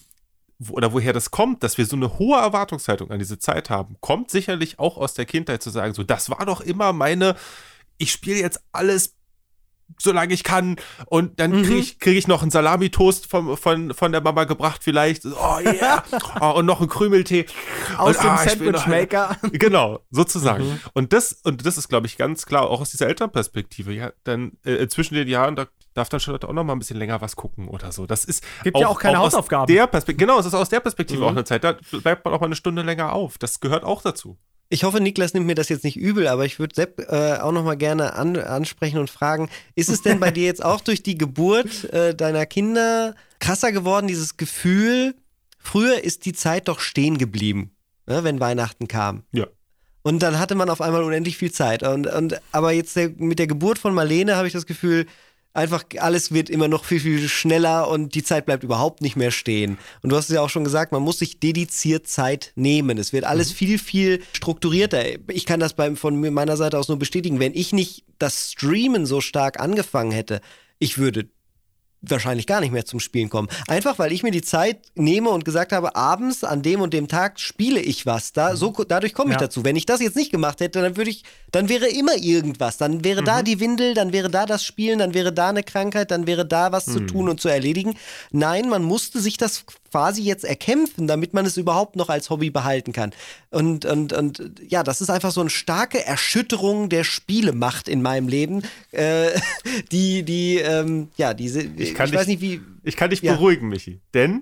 Oder woher das kommt, dass wir so eine hohe Erwartungshaltung an diese Zeit haben, kommt sicherlich auch aus der Kindheit zu sagen, so, das war doch immer meine, ich spiele jetzt alles, solange ich kann und dann kriege ich, krieg ich noch einen Salami-Toast vom, von, von der Mama gebracht vielleicht, oh yeah, oh, und noch einen Krümeltee. Aus und, dem ah, Sandwichmaker. Genau, sozusagen. Mhm. Und das, und das ist, glaube ich, ganz klar, auch aus dieser Elternperspektive, ja, dann äh, zwischen den Jahren, da darf dann Charlotte auch noch mal ein bisschen länger was gucken oder so. Das ist Gibt auch, ja auch keine auch Hausaufgaben. Der genau, es ist aus der Perspektive mhm. auch eine Zeit. Da bleibt man auch mal eine Stunde länger auf. Das gehört auch dazu. Ich hoffe, Niklas nimmt mir das jetzt nicht übel, aber ich würde Sepp äh, auch noch mal gerne an, ansprechen und fragen, ist es denn bei dir jetzt auch durch die Geburt äh, deiner Kinder krasser geworden, dieses Gefühl, früher ist die Zeit doch stehen geblieben, ne, wenn Weihnachten kam? Ja. Und dann hatte man auf einmal unendlich viel Zeit. Und, und, aber jetzt der, mit der Geburt von Marlene habe ich das Gefühl, einfach alles wird immer noch viel, viel schneller und die Zeit bleibt überhaupt nicht mehr stehen. Und du hast es ja auch schon gesagt, man muss sich dediziert Zeit nehmen. Es wird alles mhm. viel, viel strukturierter. Ich kann das bei, von meiner Seite aus nur bestätigen. Wenn ich nicht das Streamen so stark angefangen hätte, ich würde wahrscheinlich gar nicht mehr zum Spielen kommen. Einfach, weil ich mir die Zeit nehme und gesagt habe, abends an dem und dem Tag spiele ich was. Da, so, dadurch komme ich ja. dazu. Wenn ich das jetzt nicht gemacht hätte, dann würde ich, dann wäre immer irgendwas. Dann wäre mhm. da die Windel, dann wäre da das Spielen, dann wäre da eine Krankheit, dann wäre da was mhm. zu tun und zu erledigen. Nein, man musste sich das quasi jetzt erkämpfen, damit man es überhaupt noch als Hobby behalten kann. Und, und, und ja, das ist einfach so eine starke Erschütterung der Spielemacht in meinem Leben, äh, die, die, ähm, ja, diese, ich, kann ich weiß dich, nicht, wie... Ich kann dich ja. beruhigen, Michi, denn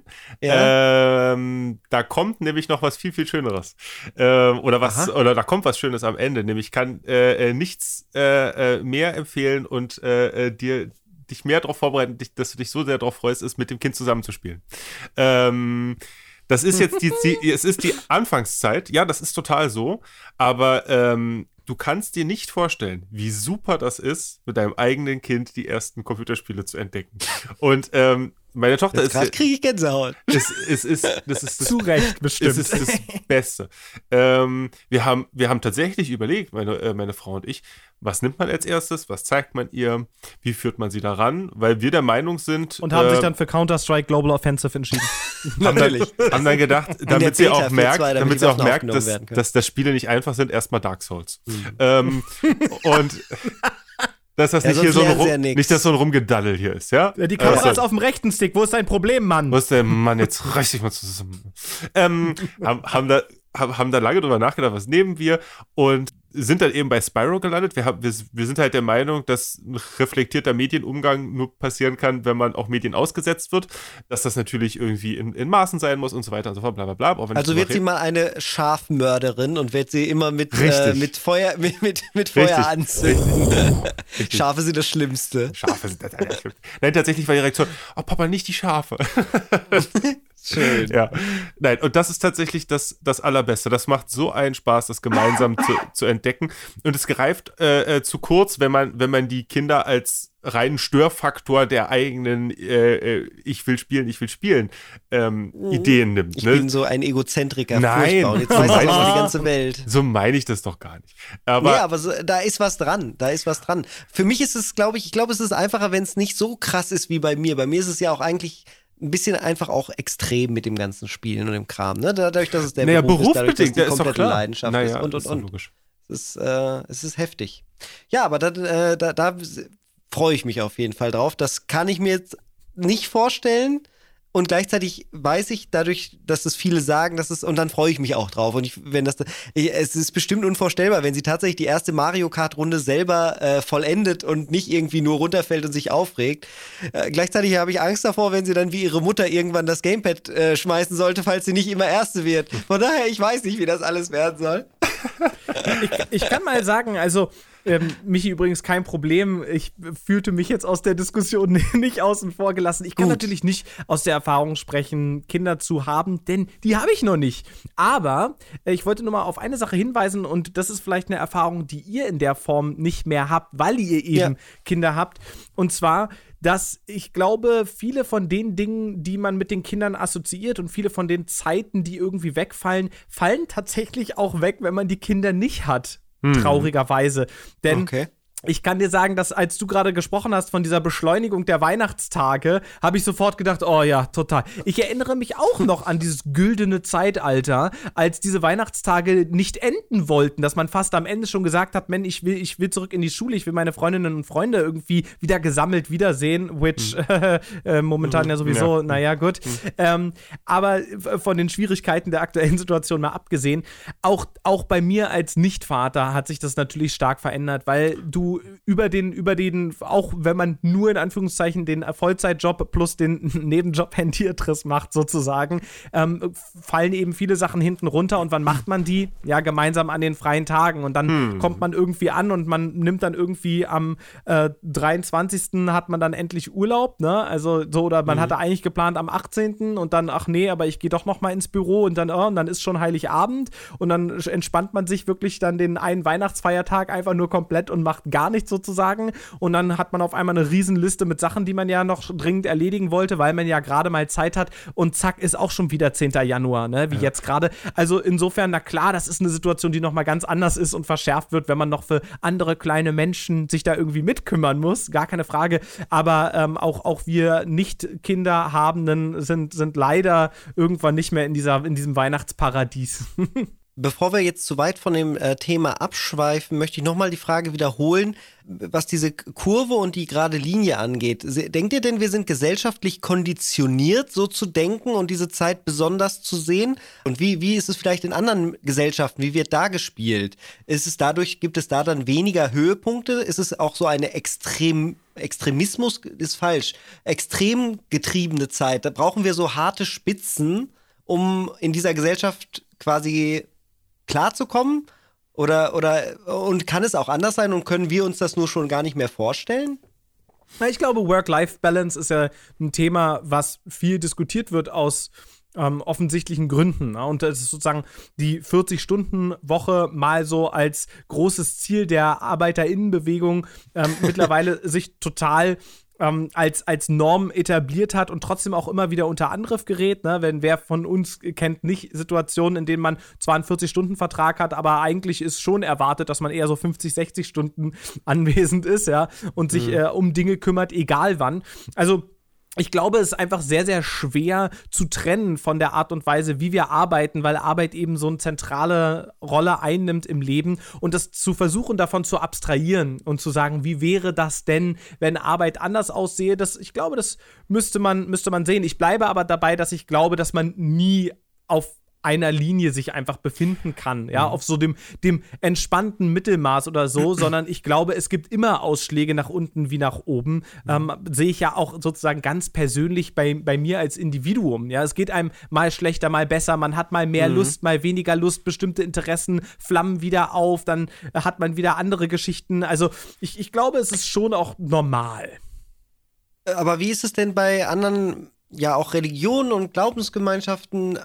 ja. ähm, da kommt nämlich noch was viel, viel Schöneres. Ähm, oder was, Aha. oder da kommt was Schönes am Ende, nämlich kann äh, nichts äh, mehr empfehlen und äh, dir dich mehr darauf vorbereiten, dich, dass du dich so sehr darauf freust, ist, mit dem Kind zusammenzuspielen. Ähm, das ist jetzt die, die, es ist die Anfangszeit, ja, das ist total so, aber ähm, du kannst dir nicht vorstellen, wie super das ist, mit deinem eigenen Kind die ersten Computerspiele zu entdecken. Und ähm, meine Tochter ist. Gerade kriege ich Gänsehaut. Es, es, es, das ist das, Zu Recht, bestimmt. Es ist das Beste. Ähm, wir, haben, wir haben tatsächlich überlegt, meine, äh, meine Frau und ich, was nimmt man als erstes, was zeigt man ihr, wie führt man sie daran, weil wir der Meinung sind. Und haben äh, sich dann für Counter-Strike Global Offensive entschieden. haben, dann, haben dann gedacht, damit sie auch merkt, zwei, damit damit die sie auch Waffen merkt, aufgenommen dass, werden können. dass, dass Spiele nicht einfach sind, erstmal Dark Souls. Mhm. Ähm, und dass das Ja, nicht hier sonst so ein, lernen sie Rum, ja nix. nicht, dass so ein Rumgedaddel hier ist, ja? Ja, die Kamera Also- ist auf dem rechten Stick. Wo ist dein Problem, Mann? Wo ist der Mann jetzt richtig mal zusammen? Ähm, haben, haben, da, haben, haben da lange drüber nachgedacht, was nehmen wir und sind dann eben bei Spyro gelandet. Wir, haben, wir, wir sind halt der Meinung, dass ein reflektierter Medienumgang nur passieren kann, wenn man auch Medien ausgesetzt wird, dass das natürlich irgendwie in, in Maßen sein muss und so weiter und so fort, bla bla bla. Auch wenn Also ich wird drüber sie rede. mal eine Schafmörderin und wird sie immer mit, äh, Richtig. mit Feuer, mit, mit, mit Feuer Richtig. anzünden. Richtig. Schafe sind das Schlimmste. Schafe sind das alles. Nein, tatsächlich war die Reaktion, oh Papa, nicht die Schafe. Schön. Ja, nein, und das ist tatsächlich das, das Allerbeste. Das macht so einen Spaß, das gemeinsam zu, zu entdecken. Und es greift äh, äh, zu kurz, wenn man, wenn man die Kinder als reinen Störfaktor der eigenen äh, äh, Ich will spielen, ich will spielen ähm, Ideen nimmt. Ich Ne? bin so ein Egozentriker. Nein. Furchtbar. Und jetzt weiß ich auch die ganze Welt. So meine ich das doch gar nicht. Aber, Nee, aber so, da ist was dran. Da ist was dran. Für mich ist es, glaube ich, ich glaube, es ist einfacher, wenn es nicht so krass ist wie bei mir. Bei mir ist es ja auch eigentlich ein bisschen einfach auch extrem mit dem ganzen Spielen und dem Kram. Ne? Dadurch, dass es der naja, Beruf ist, dadurch, dass es berufsbedingt, die der ist doch komplette klar. Leidenschaft naja, ist und, und, ist doch und. logisch. Es ist, äh, es ist heftig. Ja, aber da, äh, da, da freue ich mich auf jeden Fall drauf. Das kann ich mir jetzt nicht vorstellen. Und gleichzeitig weiß ich dadurch, dass es viele sagen, dass es, und dann freue ich mich auch drauf. Und ich, wenn das, ich, es ist bestimmt unvorstellbar, wenn sie tatsächlich die erste Mario Kart Runde selber äh, vollendet und nicht irgendwie nur runterfällt und sich aufregt. Äh, gleichzeitig habe ich Angst davor, wenn sie dann wie ihre Mutter irgendwann das Gamepad äh, schmeißen sollte, falls sie nicht immer Erste wird. Von daher, ich weiß nicht, wie das alles werden soll. Ich, ich kann mal sagen, also ähm, Michi übrigens kein Problem. Ich fühlte mich jetzt aus der Diskussion nicht außen vor gelassen. Ich kann Gut. natürlich nicht aus der Erfahrung sprechen, Kinder zu haben, denn die habe ich noch nicht. Aber äh, ich wollte nur mal auf eine Sache hinweisen und das ist vielleicht eine Erfahrung, die ihr in der Form nicht mehr habt, weil ihr eben Ja. Kinder habt. Und zwar, dass ich glaube, viele von den Dingen, die man mit den Kindern assoziiert und viele von den Zeiten, die irgendwie wegfallen, fallen tatsächlich auch weg, wenn man die Kinder nicht hat. Traurigerweise. Denn Okay. ich kann dir sagen, dass als du gerade gesprochen hast von dieser Beschleunigung der Weihnachtstage, habe ich sofort gedacht, oh ja, total. Ich erinnere mich auch noch an dieses güldene Zeitalter, als diese Weihnachtstage nicht enden wollten, dass man fast am Ende schon gesagt hat, Mensch, ich will, ich will zurück in die Schule, ich will meine Freundinnen und Freunde irgendwie wieder gesammelt wiedersehen, which äh, äh, momentan ja sowieso, Ja. naja, gut. Ähm, aber von den Schwierigkeiten der aktuellen Situation mal abgesehen, auch, auch bei mir als Nichtvater hat sich das natürlich stark verändert, weil du über den, über den, auch wenn man nur in Anführungszeichen den Vollzeitjob plus den Nebenjob Hendiertriss macht sozusagen, ähm, fallen eben viele Sachen hinten runter und wann macht man die? Ja, gemeinsam an den freien Tagen und dann Hm. kommt man irgendwie an und man nimmt dann irgendwie am äh, dreiundzwanzigsten hat man dann endlich Urlaub, ne? Also so, oder man hatte eigentlich geplant am achtzehnten und dann, ach nee, aber ich gehe doch noch mal ins Büro und dann, oh, und dann ist schon Heiligabend und dann entspannt man sich wirklich dann den einen Weihnachtsfeiertag einfach nur komplett und macht gar nichts sozusagen und dann hat man auf einmal eine Riesenliste mit Sachen, die man ja noch dringend erledigen wollte, weil man ja gerade mal Zeit hat und zack, ist auch schon wieder zehnten Januar, ne, wie ja. jetzt gerade. Also insofern, na klar, das ist eine Situation, die nochmal ganz anders ist und verschärft wird, wenn man noch für andere kleine Menschen sich da irgendwie mitkümmern muss, gar keine Frage, aber ähm, auch, auch wir Nicht-Kinder habenden sind, sind leider irgendwann nicht mehr in, dieser, in diesem Weihnachtsparadies. Bevor wir jetzt zu weit von dem äh, Thema abschweifen, möchte ich nochmal die Frage wiederholen, was diese Kurve und die gerade Linie angeht. Se- Denkt ihr denn, wir sind gesellschaftlich konditioniert, so zu denken und diese Zeit besonders zu sehen? Und wie, wie ist es vielleicht in anderen Gesellschaften? Wie wird da gespielt? Ist es dadurch, gibt es da dann weniger Höhepunkte? Ist es auch so eine extrem Extremismus ist falsch. Extrem getriebene Zeit. Da brauchen wir so harte Spitzen, um in dieser Gesellschaft quasi klarzukommen? Oder, oder, und kann es auch anders sein und können wir uns das nur schon gar nicht mehr vorstellen? Na, ich glaube, Work-Life-Balance ist ja ein Thema, was viel diskutiert wird aus ähm, offensichtlichen Gründen. Ne? Und das ist sozusagen die vierzig-Stunden-Woche mal so als großes Ziel der ArbeiterInnenbewegung ähm, mittlerweile sich total ähm, als, als Norm etabliert hat und trotzdem auch immer wieder unter Angriff gerät. Ne? Wenn wer von uns kennt nicht Situationen, in denen man zwar einen vierzig-Stunden-Vertrag hat, aber eigentlich ist schon erwartet, dass man eher so fünfzig, sechzig Stunden anwesend ist, ja, und sich mhm. äh, um Dinge kümmert, egal wann. Also ich glaube, es ist einfach sehr, sehr schwer zu trennen von der Art und Weise, wie wir arbeiten, weil Arbeit eben so eine zentrale Rolle einnimmt im Leben und das zu versuchen, davon zu abstrahieren und zu sagen, wie wäre das denn, wenn Arbeit anders aussehe, das, ich glaube, das müsste man, müsste man sehen. Ich bleibe aber dabei, dass ich glaube, dass man nie auf einer Linie sich einfach befinden kann, ja, mhm. auf so dem, dem entspannten Mittelmaß oder so, sondern ich glaube, es gibt immer Ausschläge nach unten wie nach oben. Mhm. Ähm, sehe ich ja auch sozusagen ganz persönlich bei, bei mir als Individuum, ja, es geht einem mal schlechter, mal besser, man hat mal mehr mhm. Lust, mal weniger Lust, bestimmte Interessen flammen wieder auf, dann hat man wieder andere Geschichten, also ich, ich glaube, es ist schon auch normal. Aber wie ist es denn bei anderen, ja, auch Religionen und Glaubensgemeinschaften?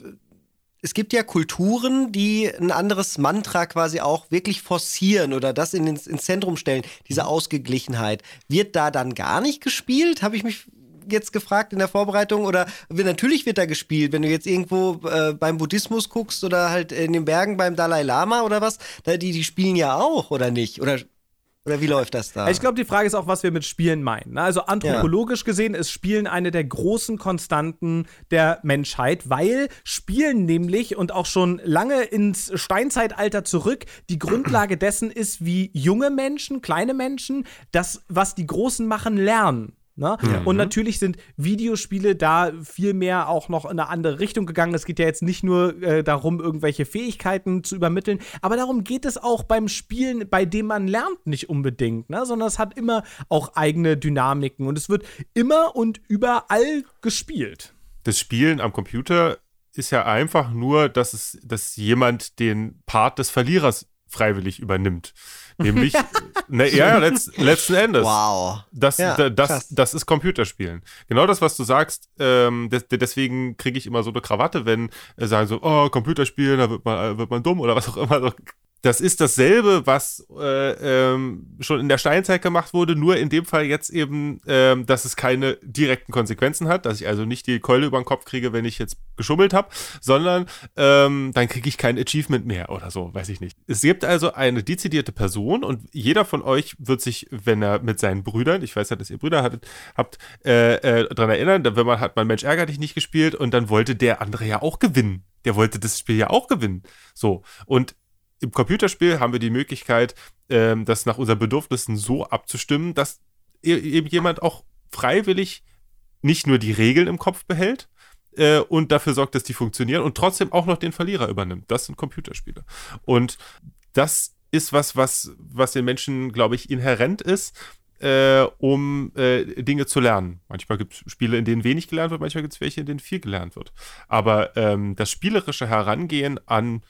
Es gibt ja Kulturen, die ein anderes Mantra quasi auch wirklich forcieren oder das in, ins, ins Zentrum stellen, diese Ausgeglichenheit. Wird da dann gar nicht gespielt? Habe ich mich jetzt gefragt in der Vorbereitung. Oder natürlich wird da gespielt, wenn du jetzt irgendwo äh, beim Buddhismus guckst oder halt in den Bergen beim Dalai Lama oder was, da, die, die spielen ja auch, oder nicht? Oder Oder wie läuft das da? Ich glaube, die Frage ist auch, was wir mit Spielen meinen. Also anthropologisch ja. gesehen ist Spielen eine der großen Konstanten der Menschheit, weil Spielen nämlich und auch schon lange ins Steinzeitalter zurück die Grundlage dessen ist, wie junge Menschen, kleine Menschen, das, was die Großen machen, lernen. Ne? Ja. Und natürlich sind Videospiele da viel mehr auch noch in eine andere Richtung gegangen. Es geht ja jetzt nicht nur äh, darum, irgendwelche Fähigkeiten zu übermitteln, aber darum geht es auch beim Spielen, bei dem man lernt, nicht unbedingt, ne? Sondern es hat immer auch eigene Dynamiken und es wird immer und überall gespielt. Das Spielen am Computer ist ja einfach nur, dass, es, dass jemand den Part des Verlierers freiwillig übernimmt. Nämlich, ne, ja, letzt, letzten Endes. Wow. Das, ja, da, das, das ist Computerspielen. Genau das, was du sagst, ähm, des, deswegen kriege ich immer so eine Krawatte, wenn äh, sagen so, oh, Computerspielen, da wird man, wird man dumm oder was auch immer. Das ist dasselbe, was äh, ähm, schon in der Steinzeit gemacht wurde, nur in dem Fall jetzt eben, ähm, dass es keine direkten Konsequenzen hat, dass ich also nicht die Keule über den Kopf kriege, wenn ich jetzt geschummelt habe, sondern ähm, dann kriege ich kein Achievement mehr oder so, weiß ich nicht. Es gibt also eine dezidierte Person und jeder von euch wird sich, wenn er mit seinen Brüdern, ich weiß ja, dass ihr Brüder hattet, habt, äh, äh, daran erinnern, wenn man hat man Mensch ärger dich nicht gespielt und dann wollte der andere ja auch gewinnen. Der wollte das Spiel ja auch gewinnen. So, und im Computerspiel haben wir die Möglichkeit, ähm, das nach unseren Bedürfnissen so abzustimmen, dass eben jemand auch freiwillig nicht nur die Regeln im Kopf behält äh, und dafür sorgt, dass die funktionieren und trotzdem auch noch den Verlierer übernimmt. Das sind Computerspiele. Und das ist was, was, was den Menschen, glaube ich, inhärent ist, äh, um äh, Dinge zu lernen. Manchmal gibt es Spiele, in denen wenig gelernt wird, manchmal gibt es welche, in denen viel gelernt wird. Aber ähm, das spielerische Herangehen an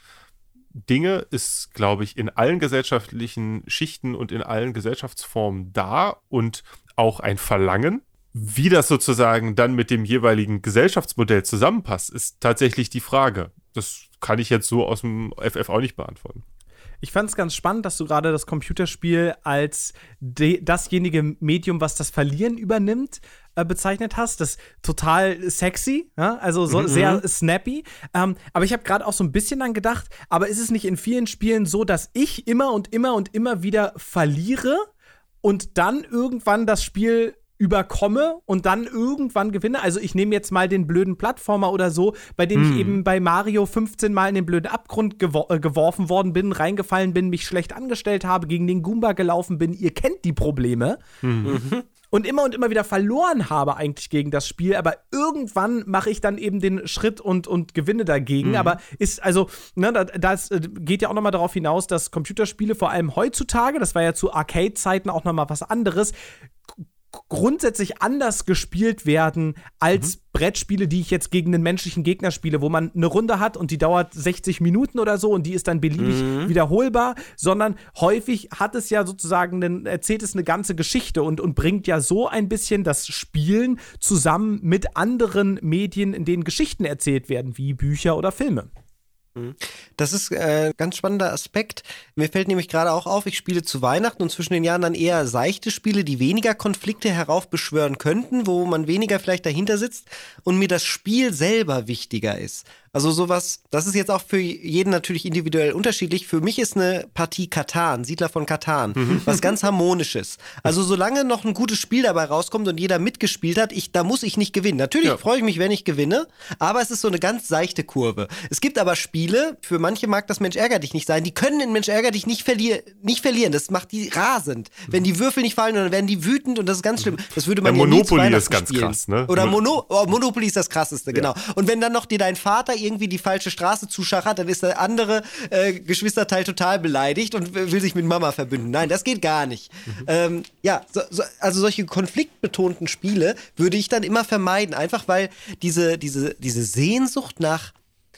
Dinge ist, glaube ich, in allen gesellschaftlichen Schichten und in allen Gesellschaftsformen da und auch ein Verlangen. Wie das sozusagen dann mit dem jeweiligen Gesellschaftsmodell zusammenpasst, ist tatsächlich die Frage. Das kann ich jetzt so aus dem F F auch nicht beantworten. Ich fand es ganz spannend, dass du gerade das Computerspiel als de- dasjenige Medium, was das Verlieren übernimmt, äh, bezeichnet hast. Das ist total sexy, ja? Also so mhm. sehr snappy. Ähm, aber ich habe gerade auch so ein bisschen dann gedacht, aber ist es nicht in vielen Spielen so, dass ich immer und immer und immer wieder verliere und dann irgendwann das Spiel überkomme und dann irgendwann gewinne. Also ich nehme jetzt mal den blöden Plattformer oder so, bei dem mm. ich eben bei Mario fünfzehn Mal in den blöden Abgrund gewor- äh, geworfen worden bin, reingefallen bin, mich schlecht angestellt habe, gegen den Goomba gelaufen bin. Ihr kennt die Probleme. Mhm. Und immer und immer wieder verloren habe eigentlich gegen das Spiel, aber irgendwann mache ich dann eben den Schritt und, und gewinne dagegen. Mhm. Aber ist also, ne, das geht ja auch nochmal darauf hinaus, dass Computerspiele vor allem heutzutage, das war ja zu Arcade-Zeiten auch nochmal was anderes, grundsätzlich anders gespielt werden als mhm. Brettspiele, die ich jetzt gegen einen menschlichen Gegner spiele, wo man eine Runde hat und die dauert sechzig Minuten oder so und die ist dann beliebig mhm. wiederholbar, sondern häufig hat es ja sozusagen, einen, erzählt es eine ganze Geschichte und, und bringt ja so ein bisschen das Spielen zusammen mit anderen Medien, in denen Geschichten erzählt werden, wie Bücher oder Filme. Das ist äh, ein ganz spannender Aspekt. Mir fällt nämlich gerade auch auf, ich spiele zu Weihnachten und zwischen den Jahren dann eher seichte Spiele, die weniger Konflikte heraufbeschwören könnten, wo man weniger vielleicht dahinter sitzt und mir das Spiel selber wichtiger ist. Also sowas, das ist jetzt auch für jeden natürlich individuell unterschiedlich. Für mich ist eine Partie Katan, Siedler von Katan, mhm. was ganz Harmonisches. Also solange noch ein gutes Spiel dabei rauskommt und jeder mitgespielt hat, ich, da muss ich nicht gewinnen. Natürlich ja. freue ich mich, wenn ich gewinne, aber es ist so eine ganz seichte Kurve. Es gibt aber Spiele, für manche mag das Mensch ärger dich nicht sein, die können in Mensch ärger dich nicht, verlier- nicht verlieren. Das macht die rasend. Mhm. Wenn die Würfel nicht fallen, dann werden die wütend und das ist ganz schlimm. Das würde man ja, ja Monopoly nie zu ist ganz spielen. krass, ne? Oder Mono- oh, Monopoly ist das krasseste, genau. Ja. Und wenn dann noch dir dein Vater irgendwie die falsche Straße zuschachert, dann ist der andere äh, Geschwisterteil total beleidigt und will sich mit Mama verbünden. Nein, das geht gar nicht. Mhm. Ähm, ja, so, so, also solche konfliktbetonten Spiele würde ich dann immer vermeiden, einfach weil diese, diese, diese Sehnsucht nach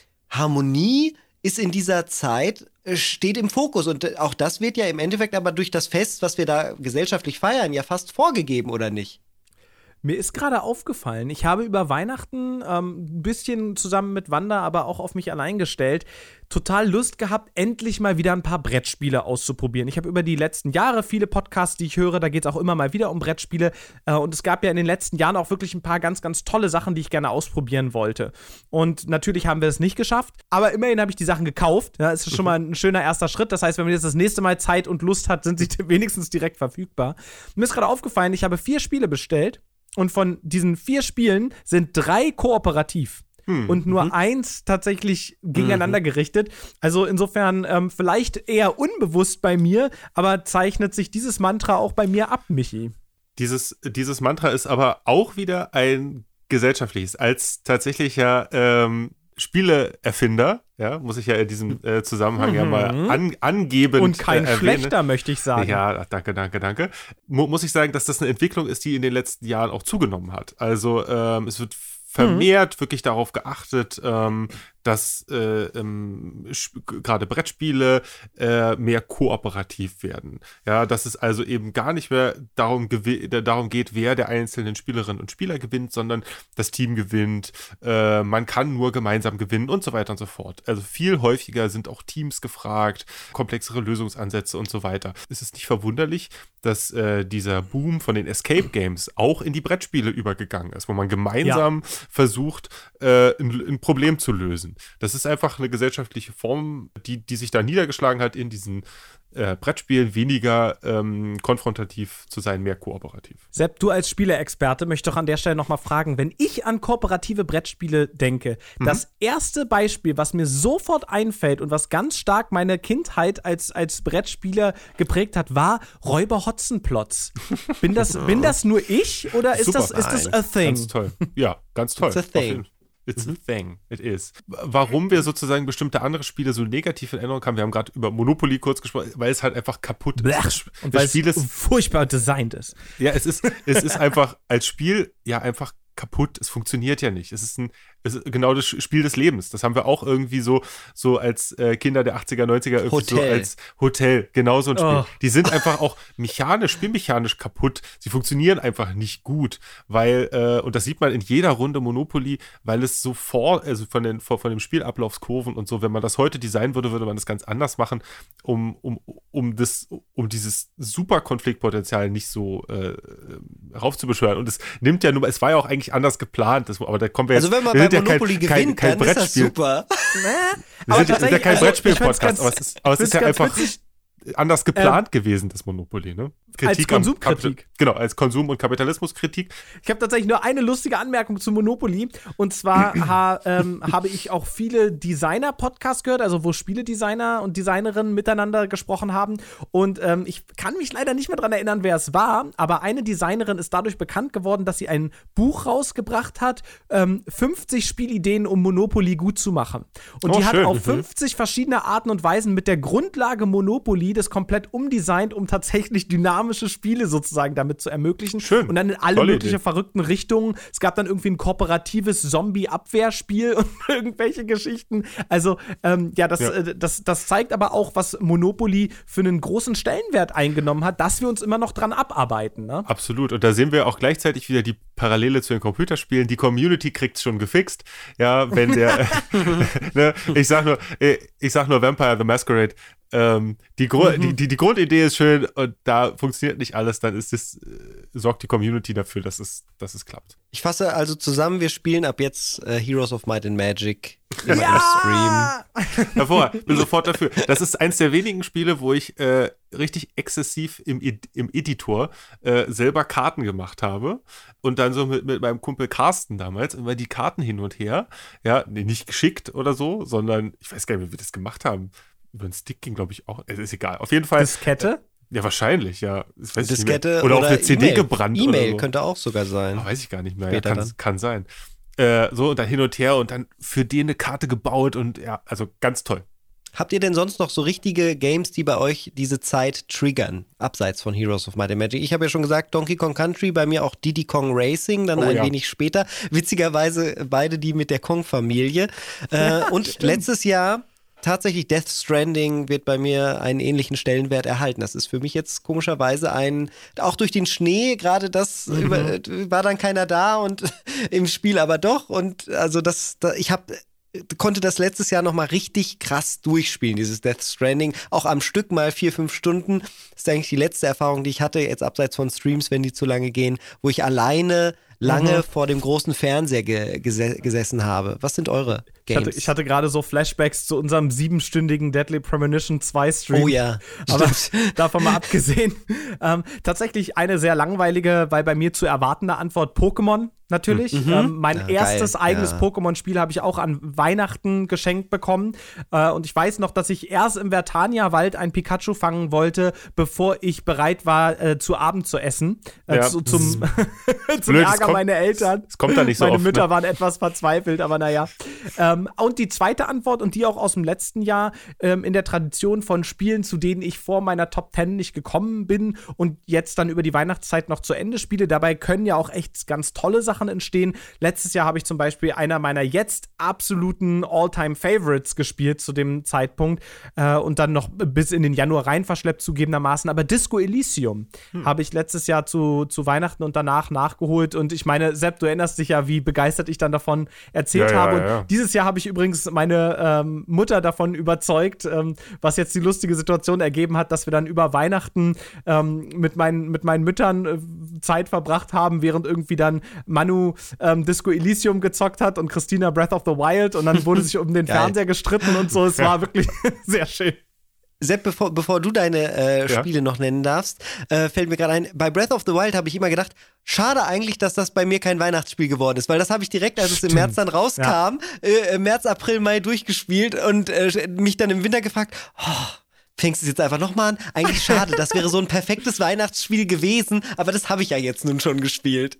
Harmonie ist in dieser Zeit, steht im Fokus und auch das wird ja im Endeffekt aber durch das Fest, was wir da gesellschaftlich feiern, ja fast vorgegeben, oder nicht? Mir ist gerade aufgefallen, ich habe über Weihnachten ähm, ein bisschen zusammen mit Wanda, aber auch auf mich allein gestellt, total Lust gehabt, endlich mal wieder ein paar Brettspiele auszuprobieren. Ich habe über die letzten Jahre viele Podcasts, die ich höre, da geht es auch immer mal wieder um Brettspiele. Äh, und es gab ja in den letzten Jahren auch wirklich ein paar ganz, ganz tolle Sachen, die ich gerne ausprobieren wollte. Und natürlich haben wir es nicht geschafft, aber immerhin habe ich die Sachen gekauft. Ja, das ist schon mal ein schöner erster Schritt. Das heißt, wenn man jetzt das nächste Mal Zeit und Lust hat, sind sie wenigstens direkt verfügbar. Mir ist gerade aufgefallen, ich habe vier Spiele bestellt. Und von diesen vier Spielen sind drei kooperativ hm. und nur mhm. eins tatsächlich gegeneinander mhm. gerichtet. Also insofern ähm, vielleicht eher unbewusst bei mir, aber zeichnet sich dieses Mantra auch bei mir ab, Michi. Dieses, dieses Mantra ist aber auch wieder ein gesellschaftliches. Als tatsächlicher ähm, Spieleerfinder, ja, muss ich ja in diesem äh, Zusammenhang mhm. ja mal an, angeben. Und kein äh, schlechter, möchte ich sagen. Ja, danke, danke, danke. Mo- muss ich sagen, dass das eine Entwicklung ist, die in den letzten Jahren auch zugenommen hat. Also ähm, es wird vermehrt mhm. wirklich darauf geachtet, ähm, dass äh, ähm, sp- gerade Brettspiele äh, mehr kooperativ werden. Ja, dass es also eben gar nicht mehr darum, gew- darum geht, wer der einzelnen Spielerinnen und Spieler gewinnt, sondern das Team gewinnt, äh, man kann nur gemeinsam gewinnen und so weiter und so fort. Also viel häufiger sind auch Teams gefragt, komplexere Lösungsansätze und so weiter. Es ist nicht verwunderlich, dass äh, dieser Boom von den Escape Games auch in die Brettspiele übergegangen ist, wo man gemeinsam ja. versucht, äh, ein, ein Problem zu lösen. Das ist einfach eine gesellschaftliche Form, die, die sich da niedergeschlagen hat in diesen äh, Brettspielen, weniger ähm, konfrontativ zu sein, mehr kooperativ. Sepp, du als Spieleexperte möchte doch an der Stelle nochmal fragen, wenn ich an kooperative Brettspiele denke, mhm. das erste Beispiel, was mir sofort einfällt und was ganz stark meine Kindheit als, als Brettspieler geprägt hat, war Räuber Hotzenplotz. Bin das, bin das nur ich oder ist das, ist das a thing? Ganz toll. Ja, ganz toll. It's a thing. It's a thing. It is. Warum wir sozusagen bestimmte andere Spiele so negativ in Erinnerung haben, wir haben gerade über Monopoly kurz gesprochen, weil es halt einfach kaputt ist. Und weil Spiel es ist, furchtbar designt ist. Ja, es ist, es ist einfach als Spiel ja einfach kaputt. Es funktioniert ja nicht. Es ist ein es ist genau das Spiel des Lebens. Das haben wir auch irgendwie so, so als äh, Kinder der achtziger, neunziger irgendwie Hotel. so als Hotel. Genau so ein Spiel. Oh. Die sind einfach auch mechanisch, spielmechanisch kaputt. Sie funktionieren einfach nicht gut, weil, äh, und das sieht man in jeder Runde Monopoly, weil es so vor, also von den, von, von den Spielablaufskurven und so, wenn man das heute designen würde, würde man das ganz anders machen, um, um, um das, um dieses Super-Konfliktpotenzial nicht so äh, raufzubeschwören. Und es nimmt ja nur, es war ja auch eigentlich anders geplant, das, aber da kommen wir jetzt. Also wenn man bei Monopoly ja kein, gewinnt, kein, kein dann Brettspiel. Ist das super. Wir sind, ist ja kein also, Brettspiel-Podcast, aber es ist, aber es ist ja einfach witzig. anders geplant ähm, gewesen, das Monopoly, ne? Kritik als Konsumkritik. Am, genau, als Konsum- und Kapitalismuskritik. Ich habe tatsächlich nur eine lustige Anmerkung zu Monopoly. Und zwar ha, ähm, habe ich auch viele Designer-Podcasts gehört, also wo Spieledesigner und Designerinnen miteinander gesprochen haben. Und ähm, ich kann mich leider nicht mehr daran erinnern, wer es war, aber eine Designerin ist dadurch bekannt geworden, dass sie ein Buch rausgebracht hat, ähm, fünfzig Spielideen, um Monopoly gut zu machen. Und oh, die hat schön. auf mhm. fünfzig verschiedene Arten und Weisen mit der Grundlage Monopoly das komplett umdesignt, um tatsächlich dynamisch Spiele sozusagen damit zu ermöglichen. Schön. Und dann in alle Tolle möglichen Idee. verrückten Richtungen. Es gab dann irgendwie ein kooperatives Zombie-Abwehrspiel und irgendwelche Geschichten. Also, ähm, ja, das, Ja. Äh, das, das zeigt aber auch, was Monopoly für einen großen Stellenwert eingenommen hat, dass wir uns immer noch dran abarbeiten. Ne? Absolut. Und da sehen wir auch gleichzeitig wieder die Parallele zu den Computerspielen. Die Community kriegt's schon gefixt. Ja, wenn der, ne, ich sag nur, ich sag nur Vampire the Masquerade. Ähm, die, Gru- mhm. die, die, die Grundidee ist schön und da funktioniert nicht alles, dann ist es, äh, sorgt die Community dafür, dass es, dass es klappt. Ich fasse also zusammen, wir spielen ab jetzt äh, Heroes of Might and Magic immer ja! im Stream. Hervorragend, bin sofort dafür. Das ist eins der wenigen Spiele, wo ich äh, richtig exzessiv im, im Editor äh, selber Karten gemacht habe und dann so mit, mit meinem Kumpel Carsten damals immer die Karten hin und her, ja, nee, nicht geschickt oder so, sondern ich weiß gar nicht, wie wir das gemacht haben. Über den Stick ging, glaube ich, auch. Es ist egal. Auf jeden Fall. Diskette? Äh, ja, wahrscheinlich, ja. Das weiß Diskette ich oder, oder auf eine C D E-Mail. gebrannt. E-Mail oder so. Könnte auch sogar sein. Oh, weiß ich gar nicht mehr. Ja, kann, kann sein. Äh, so, und dann hin und her und dann für den eine Karte gebaut und ja, also ganz toll. Habt ihr denn sonst noch so richtige Games, die bei euch diese Zeit triggern, abseits von Heroes of Might and Magic? Ich habe ja schon gesagt, Donkey Kong Country, bei mir auch Diddy Kong Racing, dann oh, ein ja. wenig später. Witzigerweise beide die mit der Kong-Familie. Äh, und stimmt. Letztes Jahr tatsächlich Death Stranding wird bei mir einen ähnlichen Stellenwert erhalten. Das ist für mich jetzt komischerweise ein, auch durch den Schnee, gerade das mhm. über, war dann keiner da und im Spiel aber doch. Und also das, da, ich habe konnte das letztes Jahr nochmal richtig krass durchspielen, dieses Death Stranding. Auch am Stück mal vier, fünf Stunden. Das ist eigentlich die letzte Erfahrung, die ich hatte, jetzt abseits von Streams, wenn die zu lange gehen, wo ich alleine lange mhm. vor dem großen Fernseher ge- gese- gesessen habe. Was sind eure Games? Ich hatte, ich hatte gerade so Flashbacks zu unserem siebenstündigen Deadly Premonition zwei Stream. Oh ja, aber davon mal abgesehen. Ähm, tatsächlich eine sehr langweilige, weil bei mir zu erwartende Antwort Pokémon. Natürlich. Mhm. Ähm, mein ja, erstes geil. eigenes ja. Pokémon-Spiel habe ich auch an Weihnachten geschenkt bekommen. Äh, und ich weiß noch, dass ich erst im Vertania-Wald ein Pikachu fangen wollte, bevor ich bereit war, äh, zu Abend zu essen. Äh, ja. zu, zum zum Blöd, Ärger meiner Eltern. Es kommt da nicht so Meine oft, Mütter ne? waren etwas verzweifelt, aber naja. Ähm, und die zweite Antwort, und die auch aus dem letzten Jahr, ähm, in der Tradition von Spielen, zu denen ich vor meiner Top Ten nicht gekommen bin und jetzt dann über die Weihnachtszeit noch zu Ende spiele. Dabei können ja auch echt ganz tolle Sachen entstehen. Letztes Jahr habe ich zum Beispiel einer meiner jetzt absoluten All-Time-Favorites gespielt zu dem Zeitpunkt äh, und dann noch bis in den Januar rein verschleppt zugegebenermaßen. Aber Disco Elysium hm. habe ich letztes Jahr zu, zu Weihnachten und danach nachgeholt. Und ich meine, Sepp, du erinnerst dich ja, wie begeistert ich dann davon erzählt ja, habe. Ja, ja. Und dieses Jahr habe ich übrigens meine ähm, Mutter davon überzeugt, ähm, was jetzt die lustige Situation ergeben hat, dass wir dann über Weihnachten ähm, mit, meinen, mit meinen Müttern äh, Zeit verbracht haben, während irgendwie dann Manu ähm, Disco Elysium gezockt hat und Christina Breath of the Wild und dann wurde sich um den Fernseher gestritten und so. Es war wirklich sehr schön. Sepp, bevor, bevor du deine äh, Spiele ja. noch nennen darfst, äh, fällt mir gerade ein, bei Breath of the Wild habe ich immer gedacht, schade eigentlich, dass das bei mir kein Weihnachtsspiel geworden ist, weil das habe ich direkt, als Stimmt. es im März dann rauskam, ja. äh, März, April, Mai durchgespielt und äh, mich dann im Winter gefragt, oh, fängst du es jetzt einfach nochmal an? Eigentlich schade, das wäre so ein perfektes Weihnachtsspiel gewesen, aber das habe ich ja jetzt nun schon gespielt.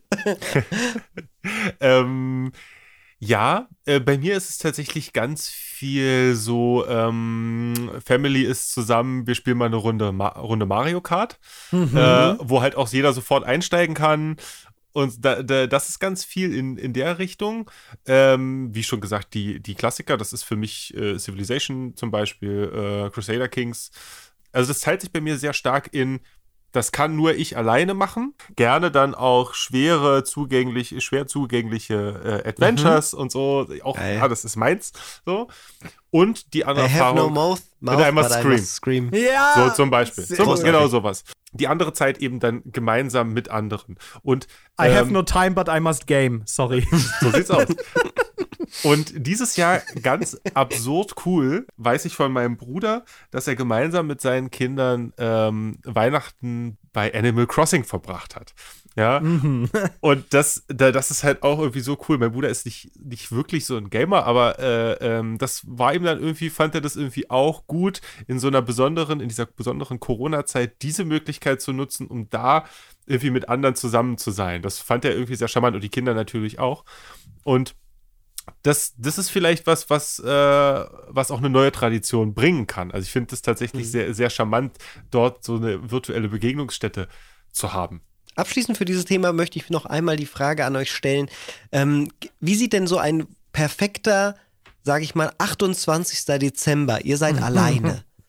ähm, ja, äh, bei mir ist es tatsächlich ganz viel so, ähm, Family ist zusammen, wir spielen mal eine Runde, Ma- Runde Mario Kart, mhm. äh, wo halt auch jeder sofort einsteigen kann. Und da, da, das ist ganz viel in, in der Richtung. Ähm, wie schon gesagt, die, die Klassiker, das ist für mich äh, Civilization zum Beispiel, äh, Crusader Kings. Also das teilt sich bei mir sehr stark in, das kann nur ich alleine machen. Gerne dann auch schwere, zugänglich, schwer zugängliche äh, Adventures mhm. und so. Auch, Geil. ja, das ist meins. So. Und die andere I Erfahrung. Have no mouth, mouth einmal but Scream. I must scream. Ja! So zum Beispiel. So, genau sowas. Die andere Zeit eben dann gemeinsam mit anderen. Und, I ähm, have no time, but I must game. Sorry. So sieht's aus. Und dieses Jahr ganz absurd cool, weiß ich von meinem Bruder, dass er gemeinsam mit seinen Kindern ähm, Weihnachten bei Animal Crossing verbracht hat. Ja, mhm. Und das, das ist halt auch irgendwie so cool. Mein Bruder ist nicht, nicht wirklich so ein Gamer, aber äh, ähm, das war ihm dann irgendwie, fand er das irgendwie auch gut, in so einer besonderen, in dieser besonderen Corona-Zeit diese Möglichkeit zu nutzen, um da irgendwie mit anderen zusammen zu sein. Das fand er irgendwie sehr charmant und die Kinder natürlich auch. Und Das, das ist vielleicht was, was, äh, was auch eine neue Tradition bringen kann. Also ich finde das tatsächlich mhm. sehr, sehr charmant, dort so eine virtuelle Begegnungsstätte zu haben. Abschließend für dieses Thema möchte ich noch einmal die Frage an euch stellen. Ähm, wie sieht denn so ein perfekter, sage ich mal, achtundzwanzigster Dezember, ihr seid alleine,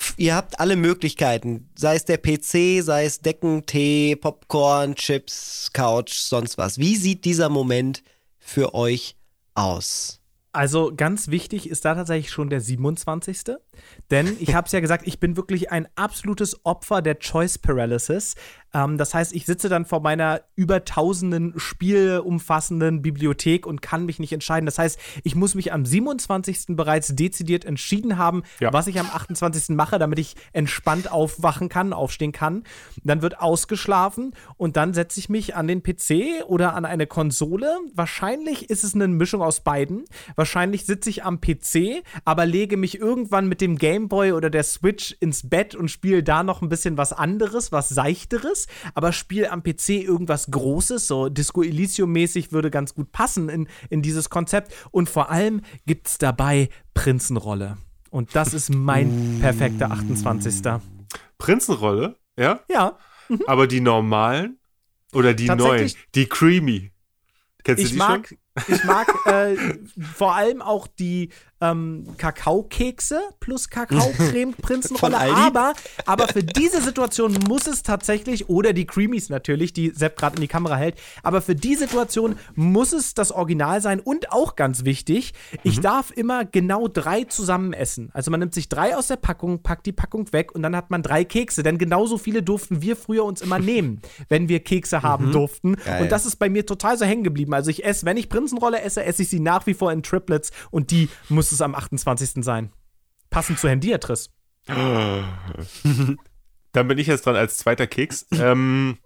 Ihr habt alle Möglichkeiten, sei es der P C, sei es Decken, Tee, Popcorn, Chips, Couch, sonst was. Wie sieht dieser Moment für euch aus? Also ganz wichtig ist da tatsächlich schon der siebenundzwanzigste Denn ich habe es ja gesagt, ich bin wirklich ein absolutes Opfer der Choice Paralysis. Ähm, das heißt, ich sitze dann vor meiner über tausenden Spiele umfassenden Bibliothek und kann mich nicht entscheiden. Das heißt, ich muss mich am siebenundzwanzigsten bereits dezidiert entschieden haben, ja. was ich am achtundzwanzigsten mache, damit ich entspannt aufwachen kann, aufstehen kann. Dann wird ausgeschlafen und dann setze ich mich an den P C oder an eine Konsole. Wahrscheinlich ist es eine Mischung aus beiden. Wahrscheinlich sitze ich am P C, aber lege mich irgendwann mit dem Gameboy oder der Switch ins Bett und spiele da noch ein bisschen was anderes, was Seichteres, aber spiele am P C irgendwas Großes, so Disco Elysium-mäßig würde ganz gut passen in, in dieses Konzept. Und vor allem gibt es dabei Prinzenrolle. Und das ist mein perfekter achtundzwanzigster Prinzenrolle, ja? Ja. Mhm. Aber die normalen oder die neuen, die creamy. Kennst du ich die mag, schon? Ich mag äh, vor allem auch die ähm, Kakaokekse plus Kakaocreme-Prinzenrolle, aber, aber für diese Situation muss es tatsächlich, oder die Creamies natürlich, die Sepp gerade in die Kamera hält, aber für die Situation muss es das Original sein und auch ganz wichtig, ich mhm. darf immer genau drei zusammen essen. Also man nimmt sich drei aus der Packung, packt die Packung weg und dann hat man drei Kekse, denn genauso viele durften wir früher uns immer nehmen, wenn wir Kekse haben mhm. durften. Geil. Und das ist bei mir total so hängen geblieben. Also ich esse, wenn ich Prinzenrolle esse, esse ich sie nach wie vor in Triplets und die muss es am achtundzwanzigsten sein. Passend zu Handiatris. Dann bin ich jetzt dran als zweiter Keks. ähm,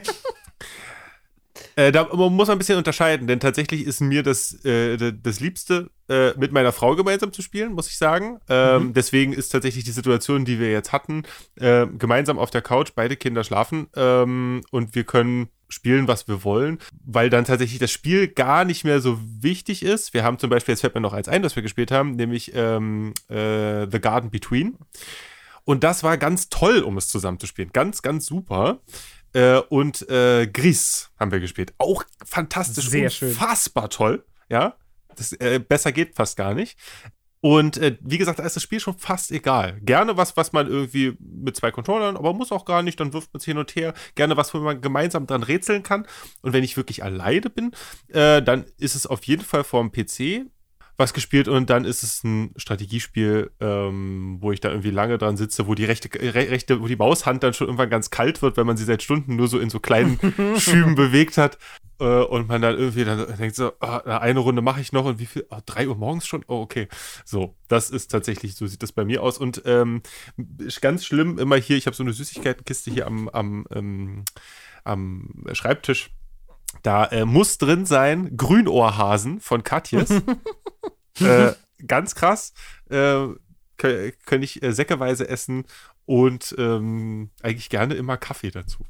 äh, da man muss man ein bisschen unterscheiden, denn tatsächlich ist mir das, äh, das Liebste, äh, mit meiner Frau gemeinsam zu spielen, muss ich sagen. Ähm, mhm. Deswegen ist tatsächlich die Situation, die wir jetzt hatten, äh, gemeinsam auf der Couch, beide Kinder schlafen ähm, und wir können spielen, was wir wollen, weil dann tatsächlich das Spiel gar nicht mehr so wichtig ist. Wir haben zum Beispiel, jetzt fällt mir noch eins ein, das wir gespielt haben, nämlich ähm, äh, The Garden Between. Und das war ganz toll, um es zusammenzuspielen. Ganz, ganz super. Äh, und äh, Gris haben wir gespielt. Auch fantastisch, sehr unfassbar schön. Toll. Ja, das, äh, besser geht fast gar nicht. Und äh, wie gesagt, da ist das Spiel schon fast egal. Gerne was, was man irgendwie mit zwei Controllern, aber muss auch gar nicht, dann wirft man es hin und her. Gerne was, wo man gemeinsam dran rätseln kann. Und wenn ich wirklich alleine bin, äh, dann ist es auf jeden Fall vor dem P C was gespielt und dann ist es ein Strategiespiel, ähm, wo ich da irgendwie lange dran sitze, wo die rechte, re, rechte, wo die Maushand dann schon irgendwann ganz kalt wird, wenn man sie seit Stunden nur so in so kleinen Schüben bewegt hat. Und man dann irgendwie dann denkt so, oh, eine Runde mache ich noch und wie viel? Oh, drei Uhr morgens schon? Oh, okay. So, das ist tatsächlich, so sieht das bei mir aus. Und ähm, ganz schlimm immer hier, ich habe so eine Süßigkeitenkiste hier am, am, ähm, am Schreibtisch. Da äh, muss drin sein Grünohrhasen von Katjes. äh, ganz krass. Äh, kann, kann ich äh, säckeweise essen und ähm, eigentlich gerne immer Kaffee dazu.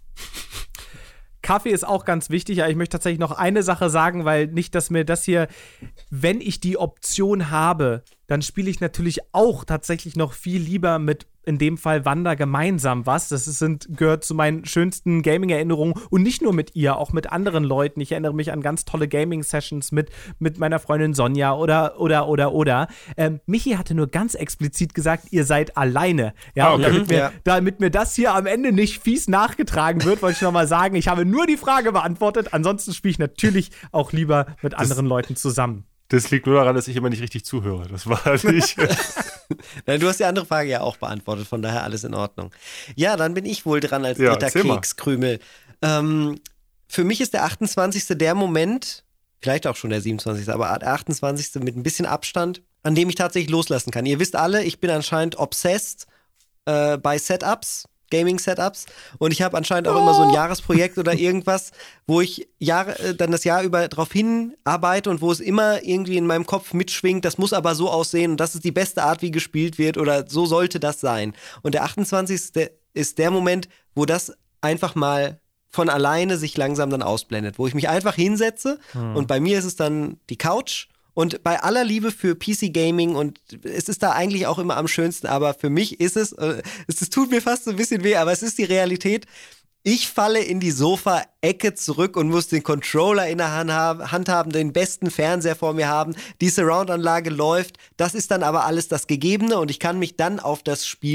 Kaffee ist auch ganz wichtig, aber ich möchte tatsächlich noch eine Sache sagen, weil nicht, dass mir das hier, wenn ich die Option habe, dann spiele ich natürlich auch tatsächlich noch viel lieber mit, in dem Fall Wanda, gemeinsam was. Das ist, sind, gehört zu meinen schönsten Gaming-Erinnerungen und nicht nur mit ihr, auch mit anderen Leuten. Ich erinnere mich an ganz tolle Gaming-Sessions mit, mit meiner Freundin Sonja oder, oder, oder, oder. Ähm, Michi hatte nur ganz explizit gesagt, ihr seid alleine. Ja, ah, okay. und damit mir, ja. damit mir das hier am Ende nicht fies nachgetragen wird, wollte ich nochmal sagen, ich habe nur die Frage beantwortet. Ansonsten spiele ich natürlich auch lieber mit anderen das Leuten zusammen. Das liegt nur daran, dass ich immer nicht richtig zuhöre. Das war nicht. Du hast die andere Frage ja auch beantwortet, von daher alles in Ordnung. Ja, dann bin ich wohl dran als ja, dritter Kekskrümel. Ähm, für mich ist der achtundzwanzigste der Moment, vielleicht auch schon der siebenundzwanzigste, aber der achtundzwanzigste mit ein bisschen Abstand, an dem ich tatsächlich loslassen kann. Ihr wisst alle, ich bin anscheinend obsessed äh, bei Setups. Gaming-Setups und ich habe anscheinend auch oh. immer so ein Jahresprojekt oder irgendwas, wo ich Jahre, äh, dann das Jahr über drauf hinarbeite und wo es immer irgendwie in meinem Kopf mitschwingt, das muss aber so aussehen und das ist die beste Art, wie gespielt wird oder so sollte das sein. Und der achtundzwanzigste ist der Moment, wo das einfach mal von alleine sich langsam dann ausblendet, wo ich mich einfach hinsetze hm. und bei mir ist es dann die Couch. Und bei aller Liebe für P C-Gaming und es ist da eigentlich auch immer am schönsten, aber für mich ist es, äh, es, es tut mir fast so ein bisschen weh, aber es ist die Realität. Ich falle in die Sofa-Ecke zurück und muss den Controller in der Hand haben, Hand haben, den besten Fernseher vor mir haben, die Surround-Anlage läuft. Das ist dann aber alles das Gegebene und ich kann mich dann auf das Spiel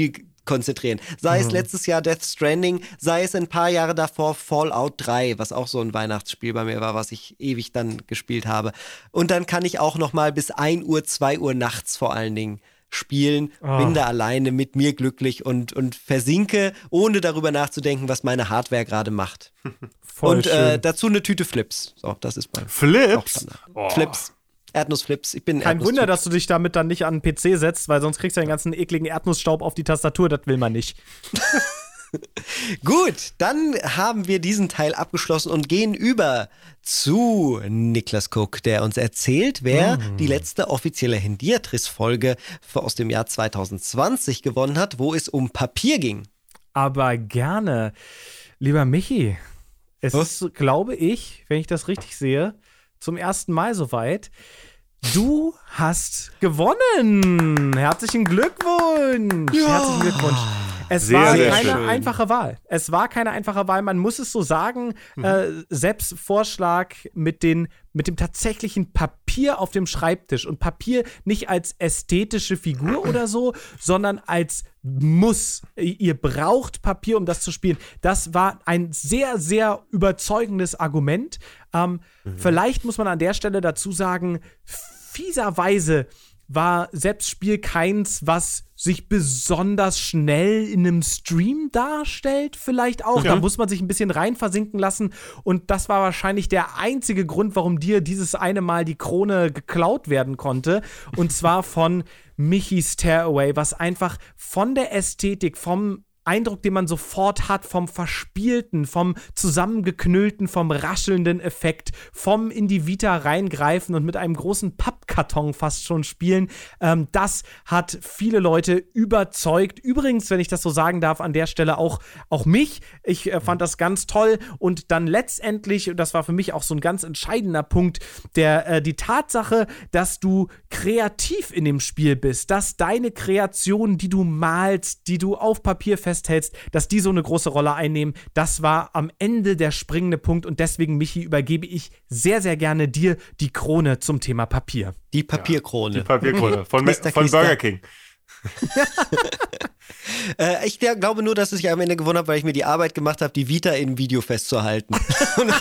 konzentrieren. Sei es letztes Jahr Death Stranding, sei es ein paar Jahre davor Fallout drei, was auch so ein Weihnachtsspiel bei mir war, was ich ewig dann gespielt habe. Und dann kann ich auch noch mal bis ein Uhr, zwei Uhr nachts vor allen Dingen spielen, oh. bin da alleine mit mir glücklich und, und versinke, ohne darüber nachzudenken, was meine Hardware gerade macht. Voll und äh, schön. dazu eine Tüte Flips. So, das ist mein Flips? Oh. Flips. Erdnussflips. Ich bin Kein Wunder, dass du dich damit dann nicht an den P C setzt, weil sonst kriegst du den ganzen ekligen Erdnussstaub auf die Tastatur, das will man nicht. Gut, dann haben wir diesen Teil abgeschlossen und gehen über zu Niklas Cook, der uns erzählt, wer mm. die letzte offizielle Hendiatris-Folge aus dem Jahr zwanzig zwanzig gewonnen hat, wo es um Papier ging. Aber gerne. Lieber Michi, es Was? ist, glaube ich, wenn ich das richtig sehe, zum ersten Mal soweit. Du hast gewonnen. Herzlichen Glückwunsch. Ja. Herzlichen Glückwunsch. Es Sehr, war sehr keine schön. einfache Wahl. Es war keine einfache Wahl. Man muss es so sagen. Mhm. Äh, Sepps Vorschlag mit, den, mit dem tatsächlichen Papier auf dem Schreibtisch. Und Papier nicht als ästhetische Figur oder so, sondern als Muss. Ihr braucht Papier, um das zu spielen. Das war ein sehr, sehr überzeugendes Argument. Ähm, mhm. Vielleicht muss man an der Stelle dazu sagen, fieserweise war Sepps Spiel keins, was sich besonders schnell in einem Stream darstellt, vielleicht auch. Ja. Da muss man sich ein bisschen rein versinken lassen. Und das war wahrscheinlich der einzige Grund, warum dir dieses eine Mal die Krone geklaut werden konnte. Und zwar von Michis Tearaway, was einfach von der Ästhetik, vom Eindruck, den man sofort hat, vom Verspielten, vom Zusammengeknüllten, vom raschelnden Effekt, vom in die Vita reingreifen und mit einem großen Pappkarton fast schon spielen. Ähm, das hat viele Leute überzeugt. Übrigens, wenn ich das so sagen darf, an der Stelle auch, auch mich. Ich äh, fand das ganz toll. Und dann letztendlich, das war für mich auch so ein ganz entscheidender Punkt, der, äh, die Tatsache, dass du kreativ in dem Spiel bist, dass deine Kreationen, die du malst, die du auf Papier festhältst, dass die so eine große Rolle einnehmen, das war am Ende der springende Punkt und deswegen, Michi, übergebe ich sehr, sehr gerne dir die Krone zum Thema Papier. Die Papierkrone. Die Papierkrone von, Mister von Knister. Burger King. äh, ich der, glaube nur, dass ich am Ende gewonnen habe, weil ich mir die Arbeit gemacht habe, die Vita im Video festzuhalten. Genau.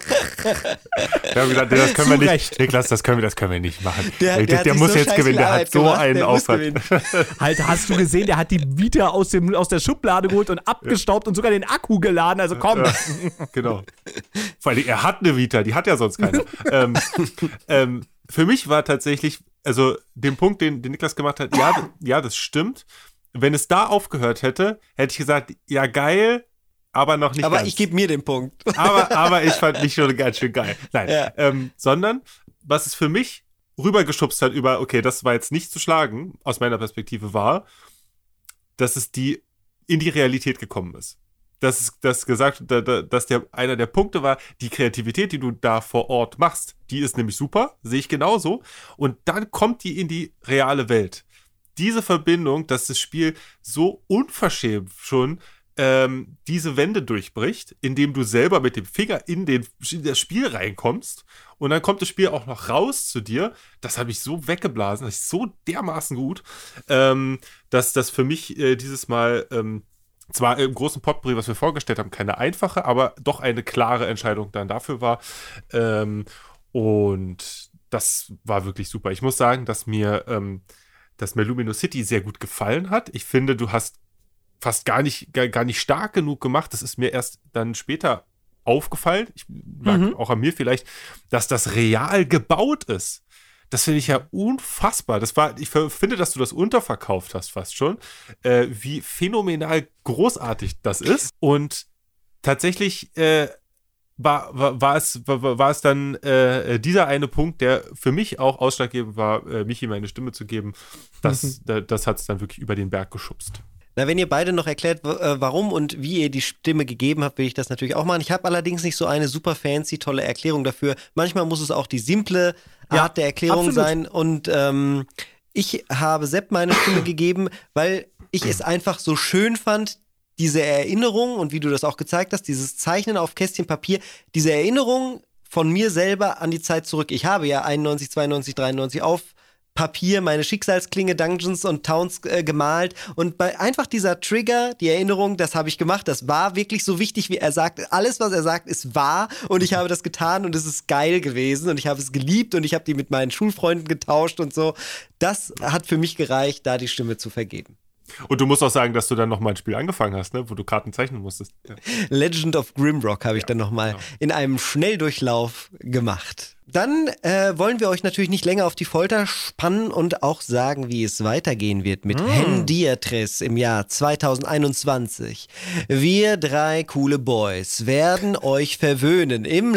Wir haben gesagt, das können wir nicht. Niklas, das können wir, das können wir nicht machen. Der, der, der, der muss so jetzt gewinnen, der hat so gemacht, einen Aufwand. Halt, hast du gesehen, der hat die Vita aus, dem, aus der Schublade geholt und abgestaubt und sogar den Akku geladen, also komm. Ja, genau. Vor allem, er hat eine Vita, die hat ja sonst keine. ähm, ähm, für mich war tatsächlich, also den Punkt, den, den Niklas gemacht hat, ja, ja, das stimmt. Wenn es da aufgehört hätte, hätte ich gesagt, ja geil, aber noch nicht Aber ganz. ich gebe mir den Punkt. Aber, aber ich fand mich schon ganz schön geil. Nein, Ja. ähm, sondern was es für mich rübergeschubst hat über, okay, das war jetzt nicht zu schlagen, aus meiner Perspektive war, dass es die in die Realität gekommen ist. Dass es das gesagt, da, da, dass der einer der Punkte war, die Kreativität, die du da vor Ort machst, die ist nämlich super, sehe ich genauso. Und dann kommt die in die reale Welt. Diese Verbindung, dass das Spiel so unverschämt schon ähm, diese Wände durchbricht, indem du selber mit dem Finger in, den, in das Spiel reinkommst und dann kommt das Spiel auch noch raus zu dir. Das hat mich so weggeblasen, das ist so dermaßen gut, ähm, dass das für mich äh, dieses Mal ähm, zwar im großen Potpourri, was wir vorgestellt haben, keine einfache, aber doch eine klare Entscheidung dann dafür war. Ähm, und das war wirklich super. Ich muss sagen, dass mir ähm, dass mir Luminous City sehr gut gefallen hat. Ich finde, du hast fast gar nicht, gar, gar nicht stark genug gemacht. Das ist mir erst dann später aufgefallen. Ich lag mhm. auch an mir vielleicht, dass das real gebaut ist. Das finde ich ja unfassbar. Das war, ich finde, dass du das unterverkauft hast fast schon, äh, wie phänomenal großartig das ist. Und tatsächlich äh, War, war, war, es, war, war es dann äh, dieser eine Punkt, der für mich auch ausschlaggebend war, äh, Michi meine Stimme zu geben. Das, mhm. da, das hat es dann wirklich über den Berg geschubst. Na, wenn ihr beide noch erklärt, w- äh, warum und wie ihr die Stimme gegeben habt, will ich das natürlich auch machen. Ich habe allerdings nicht so eine super fancy, tolle Erklärung dafür. Manchmal muss es auch die simple Art ja, der Erklärung absolut. sein. Und ähm, ich habe Sepp meine Stimme gegeben, weil ich es einfach so schön fand, diese Erinnerung und wie du das auch gezeigt hast, dieses Zeichnen auf Kästchen Papier, diese Erinnerung von mir selber an die Zeit zurück. Ich habe ja einundneunzig, zweiundneunzig, dreiundneunzig auf Papier meine Schicksalsklinge Dungeons und Towns äh, gemalt. Und bei einfach dieser Trigger, die Erinnerung, das habe ich gemacht, das war wirklich so wichtig, wie er sagt. Alles, was er sagt, ist wahr und ich habe das getan und es ist geil gewesen und ich habe es geliebt und ich habe die mit meinen Schulfreunden getauscht und so. Das hat für mich gereicht, da die Stimme zu vergeben. Und du musst auch sagen, dass du dann nochmal ein Spiel angefangen hast, ne? Wo du Karten zeichnen musstest. Ja. Legend of Grimrock habe ich ja, dann nochmal genau. in einem Schnelldurchlauf gemacht. Dann äh, wollen wir euch natürlich nicht länger auf die Folter spannen und auch sagen, wie es weitergehen wird mit mm. Hendiatris im Jahr zwanzig einundzwanzig. Wir drei coole Boys werden euch verwöhnen im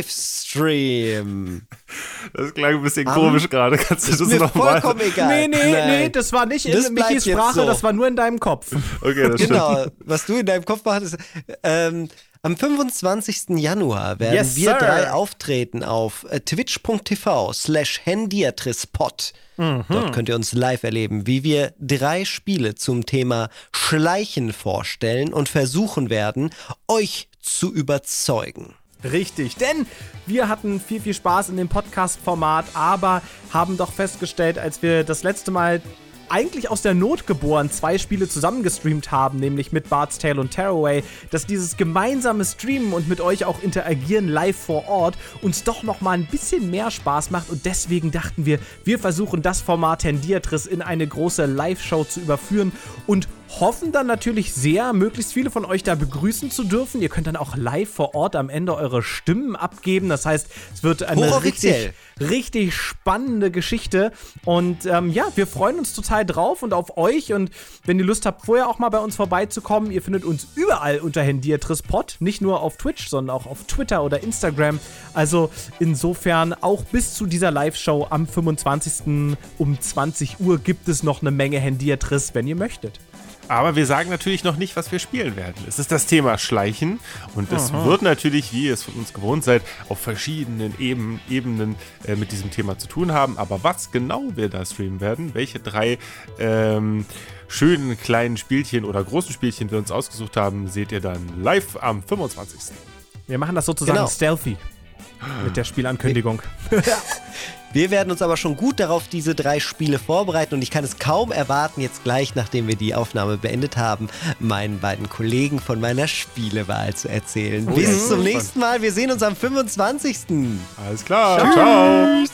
Livestream. Das klang ein bisschen um, komisch gerade. Kannst du das mir nochmal? Vollkommen egal. Nee, nee, Nein. nee, das war nicht in Das Michis Sprache, so. das war nur in deinem Kopf. Okay, das Genau, stimmt. was du in deinem Kopf machst, ist, ähm, am fünfundzwanzigsten Januar werden Yes, wir sir. drei auftreten auf äh, twitch.tv slash hendiatrispod. Mhm. Dort könnt ihr uns live erleben, wie wir drei Spiele zum Thema Schleichen vorstellen und versuchen werden, euch zu überzeugen. Richtig, denn wir hatten viel, viel Spaß in dem Podcast-Format, aber haben doch festgestellt, als wir das letzte Mal eigentlich aus der Not geboren zwei Spiele zusammengestreamt haben, nämlich mit Bard's Tale und Tearaway, dass dieses gemeinsame Streamen und mit euch auch interagieren live vor Ort uns doch noch mal ein bisschen mehr Spaß macht und deswegen dachten wir, wir versuchen das Format Hendiatris in eine große Live-Show zu überführen und hoffen dann natürlich sehr, möglichst viele von euch da begrüßen zu dürfen. Ihr könnt dann auch live vor Ort am Ende eure Stimmen abgeben. Das heißt, es wird eine richtig, richtig spannende Geschichte. Und ähm, ja, wir freuen uns total drauf und auf euch. Und wenn ihr Lust habt, vorher auch mal bei uns vorbeizukommen, ihr findet uns überall unter Hendiatrispod. Nicht nur auf Twitch, sondern auch auf Twitter oder Instagram. Also insofern auch bis zu dieser Live-Show am fünfundzwanzigsten um zwanzig Uhr gibt es noch eine Menge Hendiatris, wenn ihr möchtet. Aber wir sagen natürlich noch nicht, was wir spielen werden. Es ist das Thema Schleichen und es Aha. wird natürlich, wie ihr es von uns gewohnt seid, auf verschiedenen Eben, Ebenen äh, mit diesem Thema zu tun haben. Aber was genau wir da streamen werden, welche drei ähm, schönen kleinen Spielchen oder großen Spielchen wir uns ausgesucht haben, seht ihr dann live am fünfundzwanzigsten Wir machen das sozusagen genau. stealthy mit der Spielankündigung. Wir werden uns aber schon gut darauf diese drei Spiele vorbereiten und ich kann es kaum erwarten, jetzt gleich, nachdem wir die Aufnahme beendet haben, meinen beiden Kollegen von meiner Spielewahl zu erzählen. Oh, Bis ja. zum nächsten Mal. Wir sehen uns am fünfundzwanzigsten Alles klar. Tschüss. Ciao.